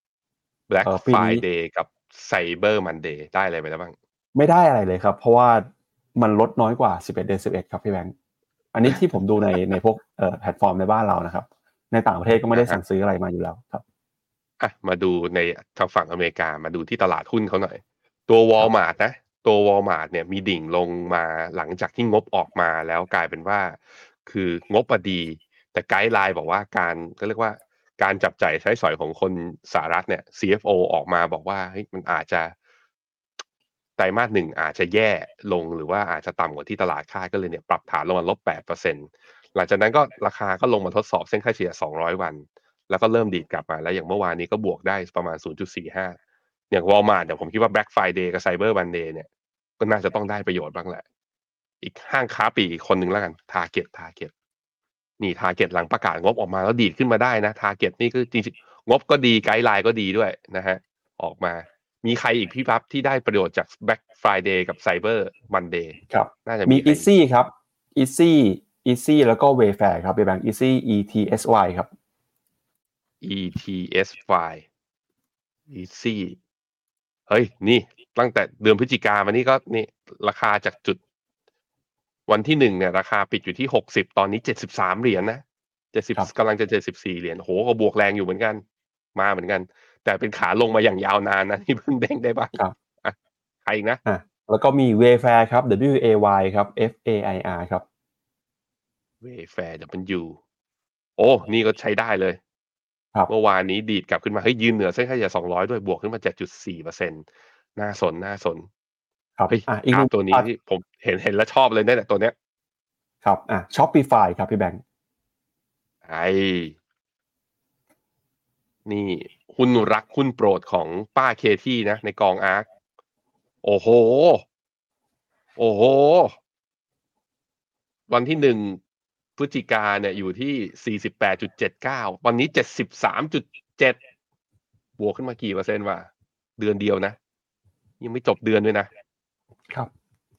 Black เอ่อปีนี้ Friday กับ Cyber Monday ได้อะไรไปแล้วบ้างไม่ได้อะไรเลยครับเพราะว่ามันลดน้อยกว่าสิบเอ็ดเดือนสิบเอ็ดครับพี่แบงค์อันนี้ที่ผมดูในในพวกเอ่อแพลตฟอร์มในบ้านเรานะครับในต่างประเทศก็ไม่ได้สั่งซื้ออะไรมาอยู่แล้วครับอ่ะมาดูในทางฝั่งอเมริกามาดูที่ตลาดหุ้นเขาหน่อยตัว Walmart นะตัว Walmart เนี่ยมีดิ่งลงมาหลังจากที่งบออกมาแล้วกลายเป็นว่าคืองบอะดีแต่ไกด์ไลน์บอกว่าการก็เรียกว่าการจับจ่ายใช้สอยของคนสหรัฐเนี่ย ซี เอฟ โอ ออกมาบอกว่าเฮ้ยมันอาจจะไตรมาสหนึ่งอาจจะแย่ลงหรือว่าอาจจะต่ำกว่าที่ตลาดคาดก็เลยเนี่ยปรับฐานลงมาลบ แปดเปอร์เซ็นต์ หลังจากนั้นก็ราคาก็ลงมาทดสอบเส้นค่าเฉลี่ยสองร้อยวันแล้วก็เริ่มดีดกลับมาแล้วอย่างเมื่อวานนี้ก็บวกได้ประมาณ ศูนย์จุดสี่ห้า อย่าง Walmart เนี่ยผมคิดว่า Black Friday กับ Cyber Monday เนี่ยก็น่าจะต้องได้ประโยชน์บ้างแหละอีกห้างค้าปลีกอีกคนหนึ่งแล้วกัน Target Target นี่ Target หลังประกาศงบออกมาแล้วดีดขึ้นมาได้นะ Target นี่คือจริงๆงบก็ดีไกด์ไลน์ก็ดีด้วยนะฮะออกมามีใครอีกพี่ปั๊บที่ได้ประโยชน์จาก Black Friday กับ Cyber Monday ครับน่าจะมีมี Easy ครับ Easy Easy แล้วก็ Wayfair ครับเป็นแบงค์ Easy อี ที เอส วาย ครับอี ที เอส วาย Easy เฮ้ยนี่ตั้งแต่เดือนพฤศจิกายนมานี่ก็นี่ราคาจากจุดวันที่หนึ่งเนี่ยราคาปิดอยู่ที่หกสิบตอนนี้เจ็ดสิบสามเหรียญนะเจ็ดสิบกำลังจะเจ็ดสิบสี่เหรียญโหก็บวกแรงอยู่เหมือนกันมาเหมือนกันแต่เป็นขาลงมาอย่างยาวนานนะที่เพิ่งเด้งได้บ้างครับอ่ะใครอีกนะอ่ะแล้วก็มี Wayfair ครับ W A Y ครับ F A I R ครับ Wayfair W โอ้นี่ก็ใช้ได้เลยเมื่อวานนี้ดีดกลับขึ้นมาเฮ้ยยืนเหนือเส้นค่าเฉลี่ยสองร้อยด้วยบวกขึ้นมา เจ็ดจุดสี่เปอร์เซ็นต์ น่าสนน่าสนครับเฮ้ยอ่ะอีกกหนึ่งราฟตัวนี้ที่ผมเห็นเห็นแล้วชอบเลยเนี่ยตัวเนี้ยครับอ่ะ Shopify ครับพี่แบงค์ไอ้นี่หุ้นรักหุ้นโปรดของป้าเคที่นะในกองอาร์คโอ้โหโอ้โหวันที่หนึ่งพฤศจิกาเนี่ยอยู่ที่ สี่สิบแปดจุดเจ็ดเก้า วันนี้ เจ็ดสิบสามจุดเจ็ด บวกขึ้นมากี่เปอร์เซ็นต์วะเดือนเดียวนะยังไม่จบเดือนด้วยนะครับ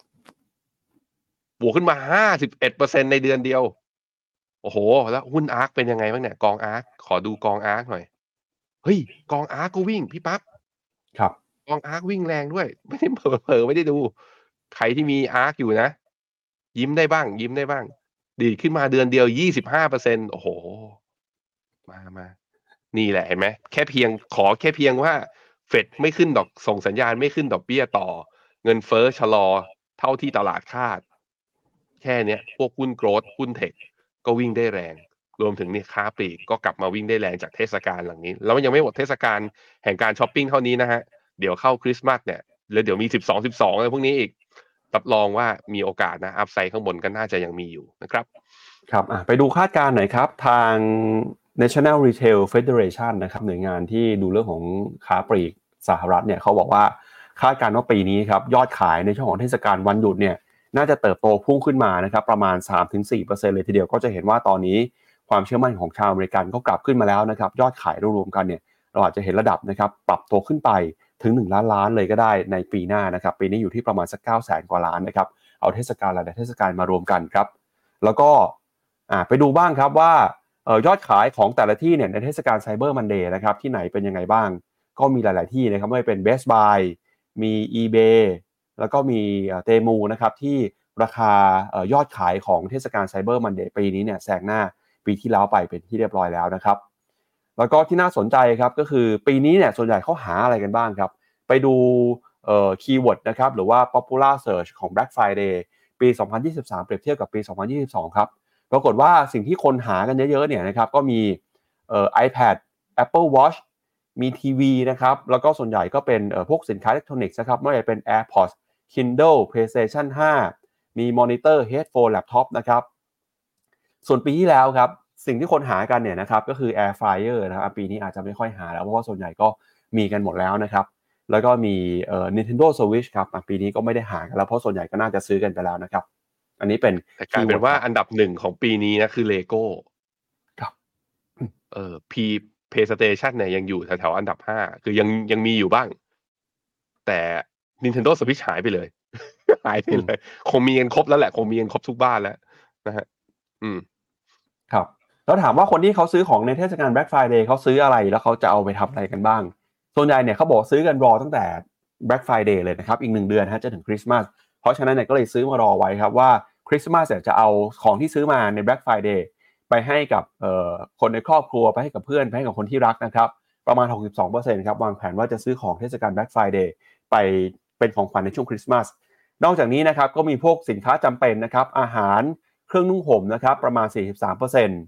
บวกขึ้นมา ห้าสิบเอ็ดเปอร์เซ็นต์ ในเดือนเดียวโอ้โหแล้วหุ้นอาร์คเป็นยังไงบ้างเนี่ยกองอาร์คขอดูกองอาร์คหน่อยเฮ้ยกองอาร์คก็วิ่งพี่ปั๊บครับกองอาร์ควิ่งแรงด้วยไม่ได้เผลอๆไม่ได้ดูใครที่มีอาร์คอยู่นะยิ้มได้บ้างยิ้มได้บ้างดีดขึ้นมาเดือนเดียว ยี่สิบห้าเปอร์เซ็นต์ โอ้โหมามานี่แหละเห็นไหมแค่เพียงขอแค่เพียงว่าเฟดไม่ขึ้นดอกส่งสัญญาณไม่ขึ้นดอกเบี้ยต่อเงินเฟ้อชะลอเท่าที่ตลาดคาดแค่เนี้ยพวกหุ้นโกรทหุ้นเทคก็วิ่งได้แรงรวมถึงนี่ค้าปลีกก็กลับมาวิ่งได้แรงจากเทศกาลหลังนี้แล้วมันยังไม่หมดเทศกาลแห่งการช้อปปิ้งเท่านี้นะฮะเดี๋ยวเข้าคริสต์มาสเนี่ยแล้วเดี๋ยวมีสิบสอง สิบสองอะไรพวกนี้อีกรับรองว่ามีโอกาสนะอัพไซด์ข้างบนก็น่าจะยังมีอยู่นะครับครับอ่ะไปดูคาดการณ์หน่อยครับทาง National Retail Federation นะครับหน่วยงานที่ดูเรื่องของค้าปลีกสหรัฐเนี่ยเขาบอกว่าคาดการณ์ว่าปีนี้ครับยอดขายในช่วงของเทศกาลวันหยุดเนี่ยน่าจะเติบโตพุ่งขึ้นมานะครับประมาณ สามถึงสี่เปอร์เซ็นต์ เลยทีเดียวก็จะเห็นว่าตอนนี้ความเชื่อมั่นของชาวอเมริกันก็กลับขึ้นมาแล้วนะครับยอดขายรวมๆกันเนี่ยเราอาจจะเห็นระดับนะครับปรับตัวขึ้นไปถึงหนึ่งล้านล้านเลยก็ได้ในปีหน้านะครับปีนี้อยู่ที่ประมาณสักเก้าแสนกว่าล้านนะครับเอาเทศกาลหลายๆเทศกาลมารวมกันครับแล้วก็อ่าไปดูบ้างครับว่าเอ่อยอดขายของแต่ละที่เนี่ยในเทศกาล Cyber Monday นะครับที่ไหนเป็นยังไงบ้างก็มีหลายๆที่นะครับไม่ว่าเป็น Best Buy มี eBay แล้วก็มีเตมูนะครับที่ราคาเอ่อยอดขายของเทศกาล Cyber Monday ปีนี้เนี่ยแซงหน้าปีที่แล้วไปเป็นที่เรียบร้อยแล้วนะครับแล้วก็ที่น่าสนใจครับก็คือปีนี้เนี่ยส่วนใหญ่เขาหาอะไรกันบ้างครับไปดูเอ่อคีย์เวิร์ดนะครับหรือว่า popular search ของ Black Friday ปีสองพันยี่สิบสามเปรียบเทียบกับปีสองพันยี่สิบสองครับปรากฏว่าสิ่งที่คนหากันเยอะๆเนี่ยนะครับก็มีเอ่อ iPad Apple Watch มีทีวีนะครับแล้วก็ส่วนใหญ่ก็เป็นเอ่อพวกสินค้าอิเล็กทรอนิกส์นะครับไม่ว่าจะเป็น AirPods Kindle PlayStation ห้ามีมอนิเตอร์ Headphone Laptop นะครับส่วนปีที่แล้วครับสิ่งที่คนหากันเนี่ยนะครับก็คือ Air Fryer นะครับปีนี้อาจจะไม่ค่อยหาแล้วเพราะว่าส่วนใหญ่ก็มีกันหมดแล้วนะครับแล้วก็มีเอ่อ Nintendo Switch ครับปีนี้ก็ไม่ได้หากันแล้วเพราะส่วนใหญ่ก็น่าจะซื้อกันไปแล้วนะครับอันนี้เป็นแต่กลายเป็นว่าอันดับหนึ่งของปีนี้นะคือ Lego ครับเออ P PlayStation เนี่ยยังอยู่แถวๆอันดับห้าคือยังยังมีอยู่บ้างแต่ Nintendo Switch หายไปเลยหายไปเลยคงมีกันครบแล้วแหละคงมีกันครบทุกบ้านแล้วนะฮะอืมครับแล้วถามว่าคนที่เขาซื้อของในเทศกาล Black Friday เขาซื้ออะไรแล้วเขาจะเอาไปทำอะไรกันบ้างส่วนใหญ่เนี่ยเขาบอกซื้อกันรอตั้งแต่ Black Friday เลยนะครับอีกหนึ่งเดือนฮะจะถึงคริสต์มาสเพราะฉะนั้นเนี่ยก็เลยซื้อมารอไว้ครับว่าคริสต์มาสเนี่ยจะเอาของที่ซื้อมาใน Black Friday ไปให้กับเอ่อคนในครอบครัวไปให้กับเพื่อนไปให้กับคนที่รักนะครับประมาณ หกสิบสองเปอร์เซ็นต์ ครับวางแผนว่าจะซื้อของเทศกาล Black Friday ไปเป็นของขวัญในช่วงคริสต์มาสนอกจากนี้นะครับก็มีพวกสินค้าจำเป็นนะครับอาหารเครื่องนุ่งห่มนะครับประมาณ สี่สิบสามเปอร์เซ็นต์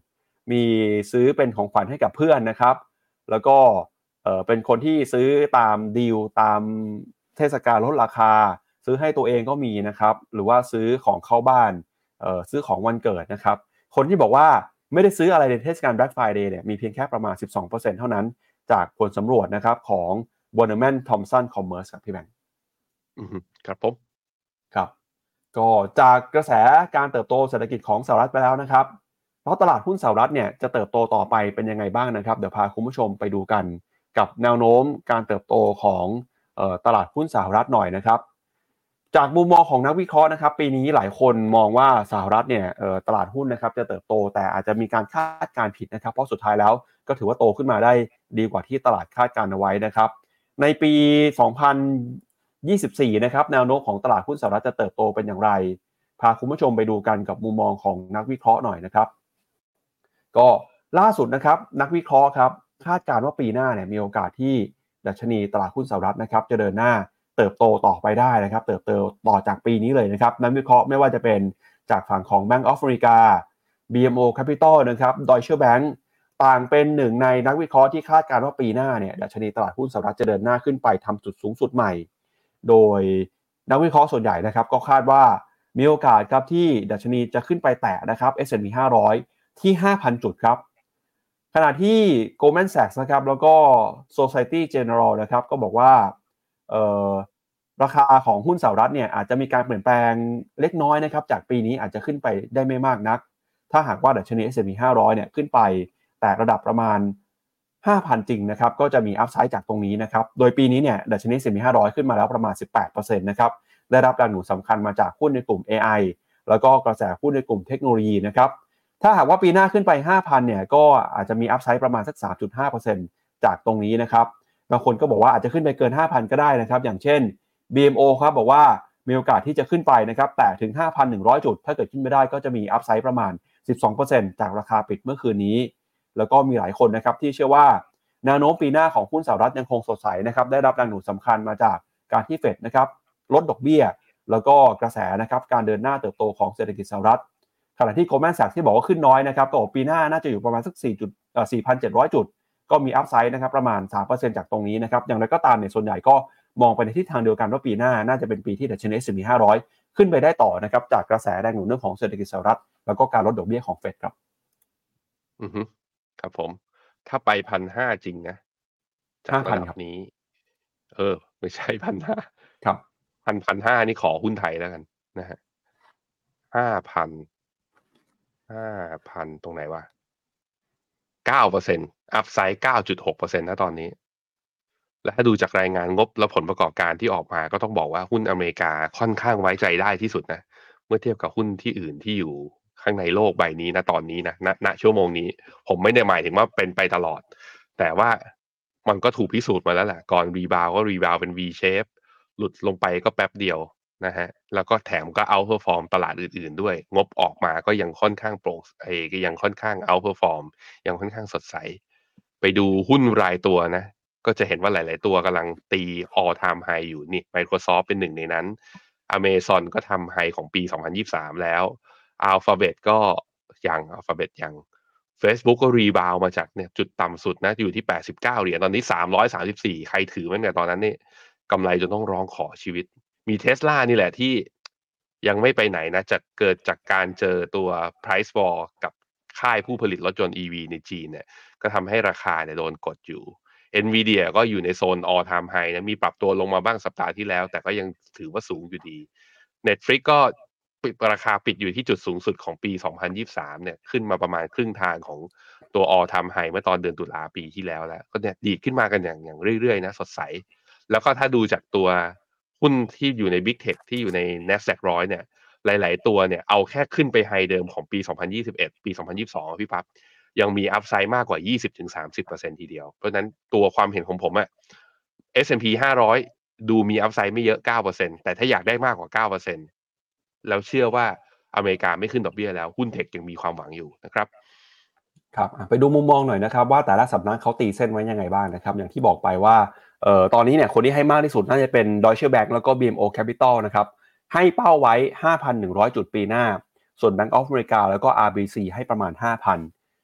มีซื้อเป็นของขวัญให้กับเพื่อนนะครับแล้วก็เอ่อเป็นคนที่ซื้อตามดีลตามเทศกาลลดราคาซื้อให้ตัวเองก็มีนะครับหรือว่าซื้อของเข้าบ้านเอ่อซื้อของวันเกิดนะครับคนที่บอกว่าไม่ได้ซื้ออะไรในเทศกาล Black Friday เนี่ยมีเพียงแค่ประมาณ สิบสองเปอร์เซ็นต์ เท่านั้นจากผลสำรวจนะครับของ Bornemann Thompson Commerce ครับพี่แบงค์อือฮึครับผมครับก็จากกระแสการเติบโตเศรษฐกิจของสหรัฐไปแล้วนะครับเพราะตลาดหุ้นสหรัฐเนี่ยจะเติบโตต่อไปเป็นยังไงบ้างนะครับเดี๋ยวพาคุณผู้ชมไปดูกันกับแนวโน้มการเติบโตของเอ่อตลาดหุ้นสหรัฐหน่อยนะครับจากมุมมองของนักวิเคราะห์นะครับปีนี้หลายคนมองว่าสหรัฐเนี่ยเอ่อตลาดหุ้นนะครับจะเติบโตแต่อาจจะมีการคาดการณ์ผิดนะครับเพราะสุดท้ายแล้วก็ถือว่าโตขึ้นมาได้ดีกว่าที่ตลาดคาดการณ์เอาไว้นะครับในปีสองพันยี่สิบสี่นะครับแนวโน้มของตลาดหุ้นสหรัฐจะเติบโตเป็นอย่างไรพาคุณผู้ชมไปดูกันกับมุมมองของนักวิเคราะห์หน่อยนะครับก็ล่าสุดนะครับนักวิเคราะห์ครับคาดการณ์ว่าปีหน้าเนี่ยมีโอกาสที่ดัชนีตลาดหุ้นสหรัฐนะครับจะเดินหน้าเติบโตต่อไปได้นะครับเติบโตต่อจากปีนี้เลยนะครับนักวิเคราะห์ไม่ว่าจะเป็นจากฝั่งของ Bank of America บี เอ็ม โอ Capital นะครับ Deutsche Bank ต่างเป็นหนึ่งในนักวิเคราะห์ที่คาดการณ์ว่าปีหน้าเนี่ยดัชนีตลาดหุ้นสหรัฐจะเดินหน้าขึ้นไปทำจุดสูงสุดใหม่โดยนักวิเคราะห์ส่วนใหญ่นะครับก็คาดว่ามีโอกาสครับที่ดัชนีจะขึ้นไปแตะนะครับ เอส แอนด์ พี ห้าร้อยที่ ห้าพัน จุดครับขณะที่ Goldman Sachs นะครับแล้วก็ Societe Generale นะครับก็บอกว่าเอ่อราคาของหุ้นสหรัฐเนี่ยอาจจะมีการเปลี่ยนแปลงเล็กน้อยนะครับจากปีนี้อาจจะขึ้นไปได้ไม่มากนักถ้าหากว่าดัชนี เอส แอนด์ พี ห้าร้อยเนี่ยขึ้นไปแต่ระดับประมาณ ห้าพัน จริงนะครับก็จะมีอัพไซด์จากตรงนี้นะครับโดยปีนี้เนี่ยดัชนี เอส แอนด์ พี ห้าร้อยขึ้นมาแล้วประมาณ สิบแปดเปอร์เซ็นต์ นะครับได้รับแรงหนุนสำคัญมาจากหุ้นในกลุ่ม เอ ไอ แล้วก็กระแสหุ้นในกลุ่มเทคโนโลยีนะครับถ้าหากว่าปีหน้าขึ้นไป ห้าพัน เนี่ยก็อาจจะมีอัพไซด์ประมาณสัก สามจุดห้าเปอร์เซ็นต์ จากตรงนี้นะครับบางคนก็บอกว่าอาจจะขึ้นไปเกิน ห้าพัน ก็ได้นะครับอย่างเช่น บี เอ็ม โอ ครับบอกว่ามีโอกาสที่จะขึ้นไปนะครับแต่ถึง ห้าพันหนึ่งร้อย จุดถ้าเกิดขึ้นไม่ได้ก็จะมีอัพไซด์ประมาณ สิบสองเปอร์เซ็นต์ จากราคาปิดเมื่อคืนนี้แล้วก็มีหลายคนนะครับที่เชื่อว่าแนวโน้มปีหน้าของหุ้นสหรัฐยังคงสดใสนะครับได้รับแรงหนุนสำคัญมาจากการที่เฟดนะครับลดดอกเบี้ยแล้วก็กระแสนะครับการเดินหน้าเติบโตของเศรษฐกิจสหรัฐขณะที่ Goldman Sachs ที่บอกว่าขึ้นน้อยนะครับก็บอกปีหน้าน่าจะอยู่ประมาณสักสี่จุดเอ่อ สี่พันเจ็ดร้อย จุดก็มีอัพไซด์นะครับประมาณ สามเปอร์เซ็นต์ จากตรงนี้นะครับอย่างไรก็ตามเนี่ยส่วนใหญ่ก็มองไปในทิศทางเดียวกันว่าปีหน้าน่าจะเป็นปีที่ดัชนี เอส แอนด์ พี ห้าร้อยขึ้นไปได้ต่อนะครับจากกระแสแรงหนุนเรื่องของเศรษฐกิจสหรัฐแล้วก็การลดดอกเบี้ยของเฟดครับอือฮึครับผมถ้าไป หนึ่งพันห้าร้อย จริงนะจากระดับนี้เออไม่ใช่ หนึ่งพันห้าร้อยครับหนึ่งพันห้าร้อย นี่ขอหุ้นไทยแล้วกันนะฮะ ห้าพัน ห้าพัน ตรงไหนวะ เก้าเปอร์เซ็นต์ อัพไซด์ เก้าจุดหกเปอร์เซ็นต์ ณตอนนี้และถ้าดูจากรายงานงบและผลประกอบการที่ออกมาก็ต้องบอกว่าหุ้นอเมริกาค่อนข้างไว้ใจได้ที่สุดนะเมื่อเทียบกับหุ้นที่อื่นที่อยู่ข้างในโลกใบนี้นะตอนนี้นะณณชั่วโมงนี้ผมไม่ได้หมายถึงว่าเป็นไปตลอดแต่ว่ามันก็ถูกพิสูจน์มาแล้วแหละก่อนรีบาวก็รีบาวเป็น V shape หลุดลงไปก็แป๊บเดียวนะฮะแล้วก็แถมก็ outperform ตลาดอื่นๆด้วยงบออกมาก็ยังค่อนข้างโปร่งเอก็ยังค่อนข้าง outperform ยังค่อนข้างสดใสไปดูหุ้นรายตัวนะก็จะเห็นว่าหลายๆตัวกำลังตี all time high อยู่นี่ Microsoft เป็นหนึ่งในนั้น Amazon ก็ทำ high ของปีสองพันยี่สิบสามแล้ว Alphabet ก็ยัง Alphabet ยัง Facebook ก็รีบาวมาจากเนี่ยจุดต่ำสุดนะอยู่ที่แปดสิบเก้าเหรียญตอนนี้สามร้อยสามสิบสี่ใครถือมันเนี่ยตอนนั้นนี่กำไรจนต้องร้องขอชีวิตมี Tesla นี่แหละที่ยังไม่ไปไหนนะจะเกิดจากการเจอตัว price war กับค่ายผู้ผลิตรถยนต์ อี วี ในจีนเนี่ยก็ทำให้ราคาเนี่ยโดนกดอยู่ Nvidia ก็อยู่ในโซน all time high นะมีปรับตัวลงมาบ้างสัปดาห์ที่แล้วแต่ก็ยังถือว่าสูงอยู่ดี Netflix ก็ปิดราคาปิดอยู่ที่จุดสูงสุดของปีสองพันยี่สิบสามเนี่ยขึ้นมาประมาณครึ่งทางของตัว all time high เมื่อตอนเดือนตุลาปีที่แล้วแล้วก็เนี่ยดีขึ้นมากันอย่างอย่างเรื่อยๆนะสดใสแล้วก็ถ้าดูจากตัวหุ้นที่อยู่ใน Big Tech ที่อยู่ใน Nasdaq หนึ่งร้อยเนี่ยหลายๆตัวเนี่ยเอาแค่ขึ้นไปไฮเดิมของปีสองพันยี่สิบเอ็ดปีสองพันยี่สิบสองพี่ปั๊บยังมีอัพไซด์มากกว่า ยี่สิบถึงสามสิบเปอร์เซ็นต์ ทีเดียวเพราะฉะนั้นตัวความเห็นของผมอะ เอส แอนด์ พี ห้าร้อยดูมีอัพไซด์ไม่เยอะ เก้าเปอร์เซ็นต์ แต่ถ้าอยากได้มากกว่า เก้าเปอร์เซ็นต์ แล้วเชื่อว่าอเมริกาไม่ขึ้นดอกเบี้ยแล้วหุ้นเทคยังมีความหวังอยู่นะครับครับไปดูมุมมองหน่อยนะครับว่าแต่ละสำนักเขาตีเส้นไว้ยังไงบ้างนะครับอย่างที่บอกไปว่าเอ่อตอนนี้เนี่ยคนที่ให้มากที่สุดน่าจะเป็น Deutsche Bank แล้วก็ บี เอ็ม โอ Capital นะครับให้เป้าไว้ ห้าพันหนึ่งร้อย จุดปีหน้าส่วน Bank of America แล้วก็ อาร์ บี ซี ให้ประมาณ ห้าพัน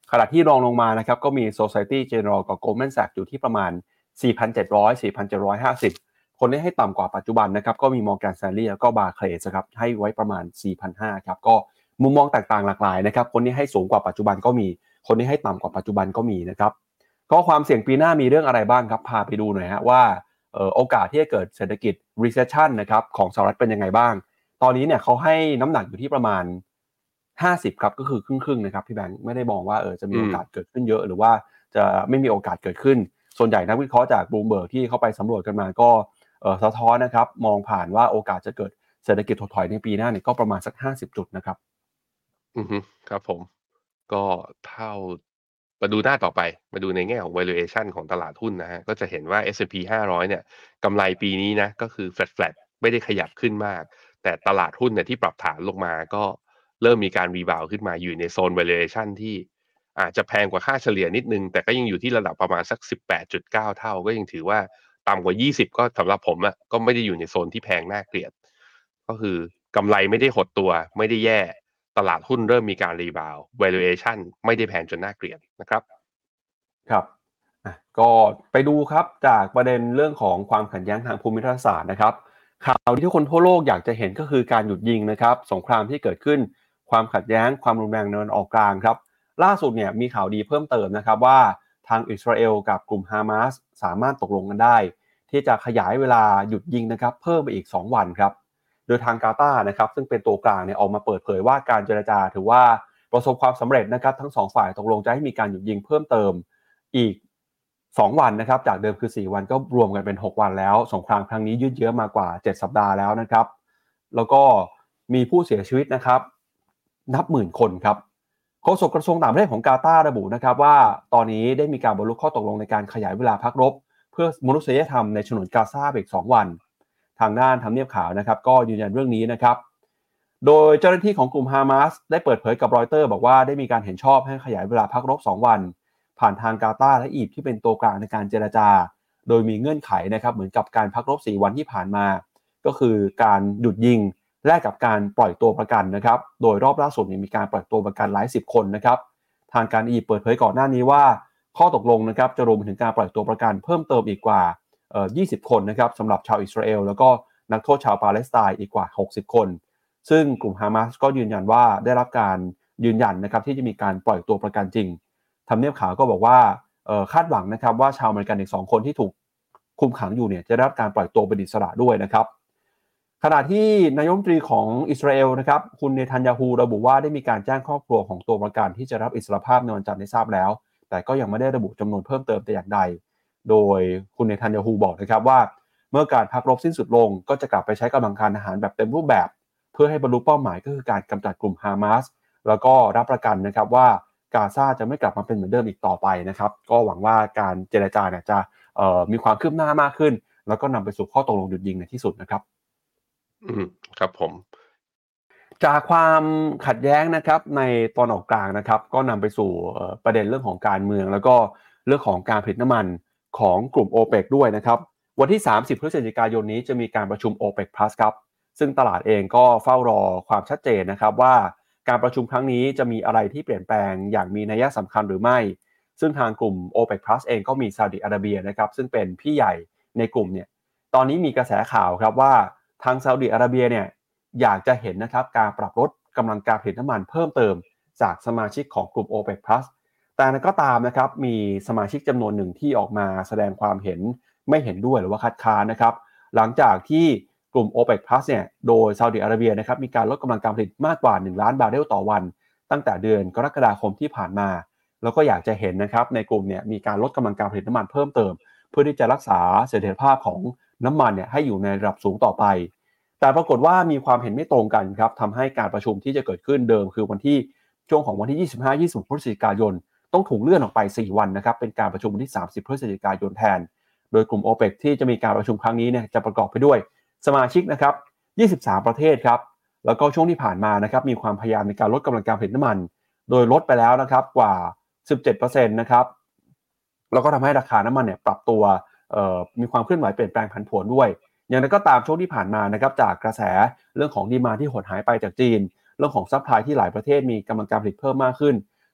ขณะที่รองลงมานะครับก็มี Society General กับ Goldman Sachs อยู่ที่ประมาณ สี่พันเจ็ดร้อย สี่พันเจ็ดร้อยห้าสิบ คนที่ให้ต่ำกว่าปัจจุบันนะครับก็มี Morgan Stanley แล้วก็ Barclays ครับให้ไว้ประมาณ สี่พันห้าร้อย ครับก็มุมมองแตกต่างหลากหลายนะครับคนที่ให้สูงกว่าปัจจุบันก็มีคนที่ให้ต่ำกว่าปัจจุบันก็มีนะครับก็ความเสี่ยงปีหน้ามีเรื่องอะไรบ้างครับพาไปดูหน่อยฮะว่าเอ่อโอกาสที่จะเกิดเศรษฐกิจ recession นะครับของสหรัฐเป็นยังไงบ้างตอนนี้เนี่ยเขาให้น้ำหนักอยู่ที่ประมาณห้าสิบครับก็คือครึ่งๆนะครับพี่แบงค์ไม่ได้มองว่าเออจะมีโอกาสเกิดขึ้นเยอะหรือว่าจะไม่มีโอกาสเกิดขึ้นส่วนใหญ่นักวิเคราะห์จาก Bloomberg ที่เข้าไปสำรวจกันมาก็เอ่อสะท้อนนะครับมองผ่านว่าโอกาสจะเกิดเศรษฐกิจถดถอยในปีหน้าเนี่ยก็ประมาณสักห้าสิบจุดนะครับอือฮึครับผมก็เท่ามาดูหน้าต่อไปมาดูในแง่ของ valuation ของตลาดหุ้นนะฮะก็จะเห็นว่า เอส แอนด์ พี ห้าร้อยเนี่ยกำไรปีนี้นะก็คือ flat flat ไม่ได้ขยับขึ้นมากแต่ตลาดหุ้นเนี่ยที่ปรับฐานลงมาก็เริ่มมีการรีบาวด์ขึ้นมาอยู่ในโซน valuation ที่อาจจะแพงกว่าค่าเฉลี่ยนิดนึงแต่ก็ยังอยู่ที่ระดับประมาณสัก สิบแปดจุดเก้า เท่าก็ยังถือว่าต่ำกว่ายี่สิบก็สำหรับผมอะก็ไม่ได้อยู่ในโซนที่แพงน่าเกลียดก็คือกำไรไม่ได้หดตัวไม่ได้แย่ตลาดหุ้นเริ่มมีการรีบาวด์ valuation ไม่ได้แพงจนน่าเกลียดนะครับครับอ่ะก็ไปดูครับจากประเด็นเรื่องของความขัดแย้งทางภูมิรัฐศาสตร์นะครับข่าวที่ทุกคนทั่วโลกอยากจะเห็นก็คือการหยุดยิงนะครับสงครามที่เกิดขึ้นความขัดแย้งความรุนแรงในตะวันออกกลางครับล่าสุดเนี่ยมีข่าวดีเพิ่มเติมนะครับว่าทางอิสราเอลกับกลุ่มฮามาสสามารถตกลงกันได้ที่จะขยายเวลาหยุดยิงนะครับเพิ่มไปอีกสองวันครับโดยทางกาตาร์นะครับซึ่งเป็นตัวกลางเนี่ยออกมาเปิดเผยว่าการเจรจาถือว่าประสบความสำเร็จนะครับทั้งสองฝ่ายตกลงจะให้มีการหยุดยิงเพิ่มเติมอีกสองวันนะครับจากเดิมคือสี่วันก็รวมกันเป็นหกวันแล้วสงครามครั้งนี้ยืดเยื้อมากว่าเจ็ดสัปดาห์แล้วนะครับแล้วก็มีผู้เสียชีวิตนะครับนับหมื่นคนครับโฆษกกระทรวงต่างประเทศของกาตาร์ระบุนะครับว่าตอนนี้ได้มีการบรรลุข้อตกลงในการขยายเวลาพักรบเพื่อมนุษยธรรมในฉนวนกาซาไปอีกสองวันทางด้านทำเนียบขาวนะครับก็ยืนยันเรื่องนี้นะครับโดยเจ้าหน้าที่ของกลุ่มฮามาสได้เปิดเผยกับรอยเตอร์บอกว่าได้มีการเห็นชอบให้ขยายเวลาพักรบสองวันผ่านทางกาตาร์และอียิปต์ที่เป็นตัวกลางในการเจรจาโดยมีเงื่อนไขนะครับเหมือนกับการพักรบสี่วันที่ผ่านมาก็คือการหยุดยิงแลกกับการปล่อยตัวประกันนะครับโดยรอบล่าสุดมีการปล่อยตัวประกันหลายสิบคนนะครับทางการอียิปต์เปิดเผยก่อนหน้านี้ว่าข้อตกลงนะครับจะรวมถึงการปล่อยตัวประกันเพิ่มเติมอีกกว่าเอ่อยี่สิบคนนะครับสำหรับชาวอิสราเอลแล้วก็นักโทษชาวปาเลสไตน์อีกกว่าหกสิบคนซึ่งกลุ่มฮามาสก็ยืนยันว่าได้รับการยืนยันนะครับที่จะมีการปล่อยตัวประกันจริงทำเนียบขาวก็บอกว่าคาดหวังนะครับว่าชาวอเมริกันอีกสองคนที่ถูกคุมขังอยู่เนี่ยจะได้รับการปล่อยตัวเป็นอิสระด้วยนะครับขณะที่นายกรัฐมนตรีของอิสราเอลนะครับคุณเนทันยาฮูระบุว่าได้มีการแจ้งครอบครัวของตัวประกันที่จะรับอิสรภาพในวันจันทร์ได้ทราบแล้วแต่ก็ยังไม่ได้ระบุจำนวนเพิ่มเติมแต่อย่างใดโดยคุณเนทันยาฮูบอกนะครับว่าเมื่อการพักรบสิ้นสุดลงก็จะกลับไปใช้กำลังการทหารแบบเต็มรูปแบบเพื่อให้บรรลุเป้าหมายก็คือการกำจัดกลุ่มฮามาสแล้วก็รับประกันนะครับว่ากาซาจะไม่กลับมาเป็นเหมือนเดิมอีกต่อไปนะครับก็หวังว่าการเจรจาเนี่ยจะมีความคืบหน้ามากขึ้นแล้วก็นำไปสู่ข้อตกลงหยุดยิงในที่สุดนะครับอืมครับผมจากความขัดแย้งนะครับในตอนออกกลางนะครับก็นำไปสู่ประเด็นเรื่องของการเมืองแล้วก็เรื่องของการผลิตน้ำมันของกลุ่ม โอเปก ด้วยนะครับวันที่สามสิบพฤศจิกายนนี้จะมีการประชุม โอเปก Plus ครับซึ่งตลาดเองก็เฝ้ารอความชัดเจนนะครับว่าการประชุมครั้งนี้จะมีอะไรที่เปลี่ยนแปลงอย่างมีนัยสำคัญหรือไม่ซึ่งทางกลุ่ม โอเปก Plus เองก็มีซาอุดิอาระเบียนะครับซึ่งเป็นพี่ใหญ่ในกลุ่มเนี่ยตอนนี้มีกระแสข่าวครับว่าทางซาอุดิอาระเบียเนี่ยอยากจะเห็นนะครับการปรับลดกำลังการผลิตน้ำมันเพิ่มเติมจากสมาชิกของกลุ่ม โอเปก Plus แต่ก็ตามนะครับมีสมาชิกจำนวนหนึ่งที่ออกมาแสดงความเห็นไม่เห็นด้วยหรือว่าคัดค้านนะครับหลังจากที่กลุ่ม โอเปก Plus เนี่ยโดยซาอุดิอาระเบียนะครับมีการลดกำลังการผลิตมากกว่าหนึ่งล้านบาร์เรลต่อวันตั้งแต่เดือนกรกฎาคมที่ผ่านมาแล้วก็อยากจะเห็นนะครับในกลุ่มเนี่ยมีการลดกำลังการผลิตน้ำมันเพิ่มเติมเพื่อที่จะรักษาเสถียรภาพของน้ำมันเนี่ยให้อยู่ในระดับสูงต่อไปแต่ปรากฏว่ามีความเห็นไม่ตรงกันครับทำให้การประชุมที่จะเกิดขึ้นเดิมคือวันที่ช่วงของวันที่ยี่สิบห้า ยี่สิบหกพฤศจิกายนต้องถูกเลื่อนออกไปสี่วันนะครับเป็นการประชุมวันที่สามสิบพฤศจิกายนแทนโดยกลุ่ม โอเปก ที่จะมีการประชุมครั้งนี้เนี่ยจะประกอบไปด้วยสมาชิกนะครับยี่สิบสามประเทศครับแล้วก็ช่วงที่ผ่านมานะครับมีความพยายามในการลดกำลังการผลิตน้ำมันโดยลดไปแล้วนะครับกว่า สิบเจ็ดเปอร์เซ็นต์ นะครับแล้วก็ทำให้ราคาน้ำมันเนี่ยปรับตัวมีความเคลื่อนไหวเปลี่ยนแปลงผันผวนด้วยอย่างนั้นก็ตามช่วงที่ผ่านมานะครับจากกระแสเรื่องของดีมานด์ที่หดหายไปจากจีนเรื่องของซัพพลายที่หลายประเทศมีกำลังการผลิตเพิ่มมากขึ้น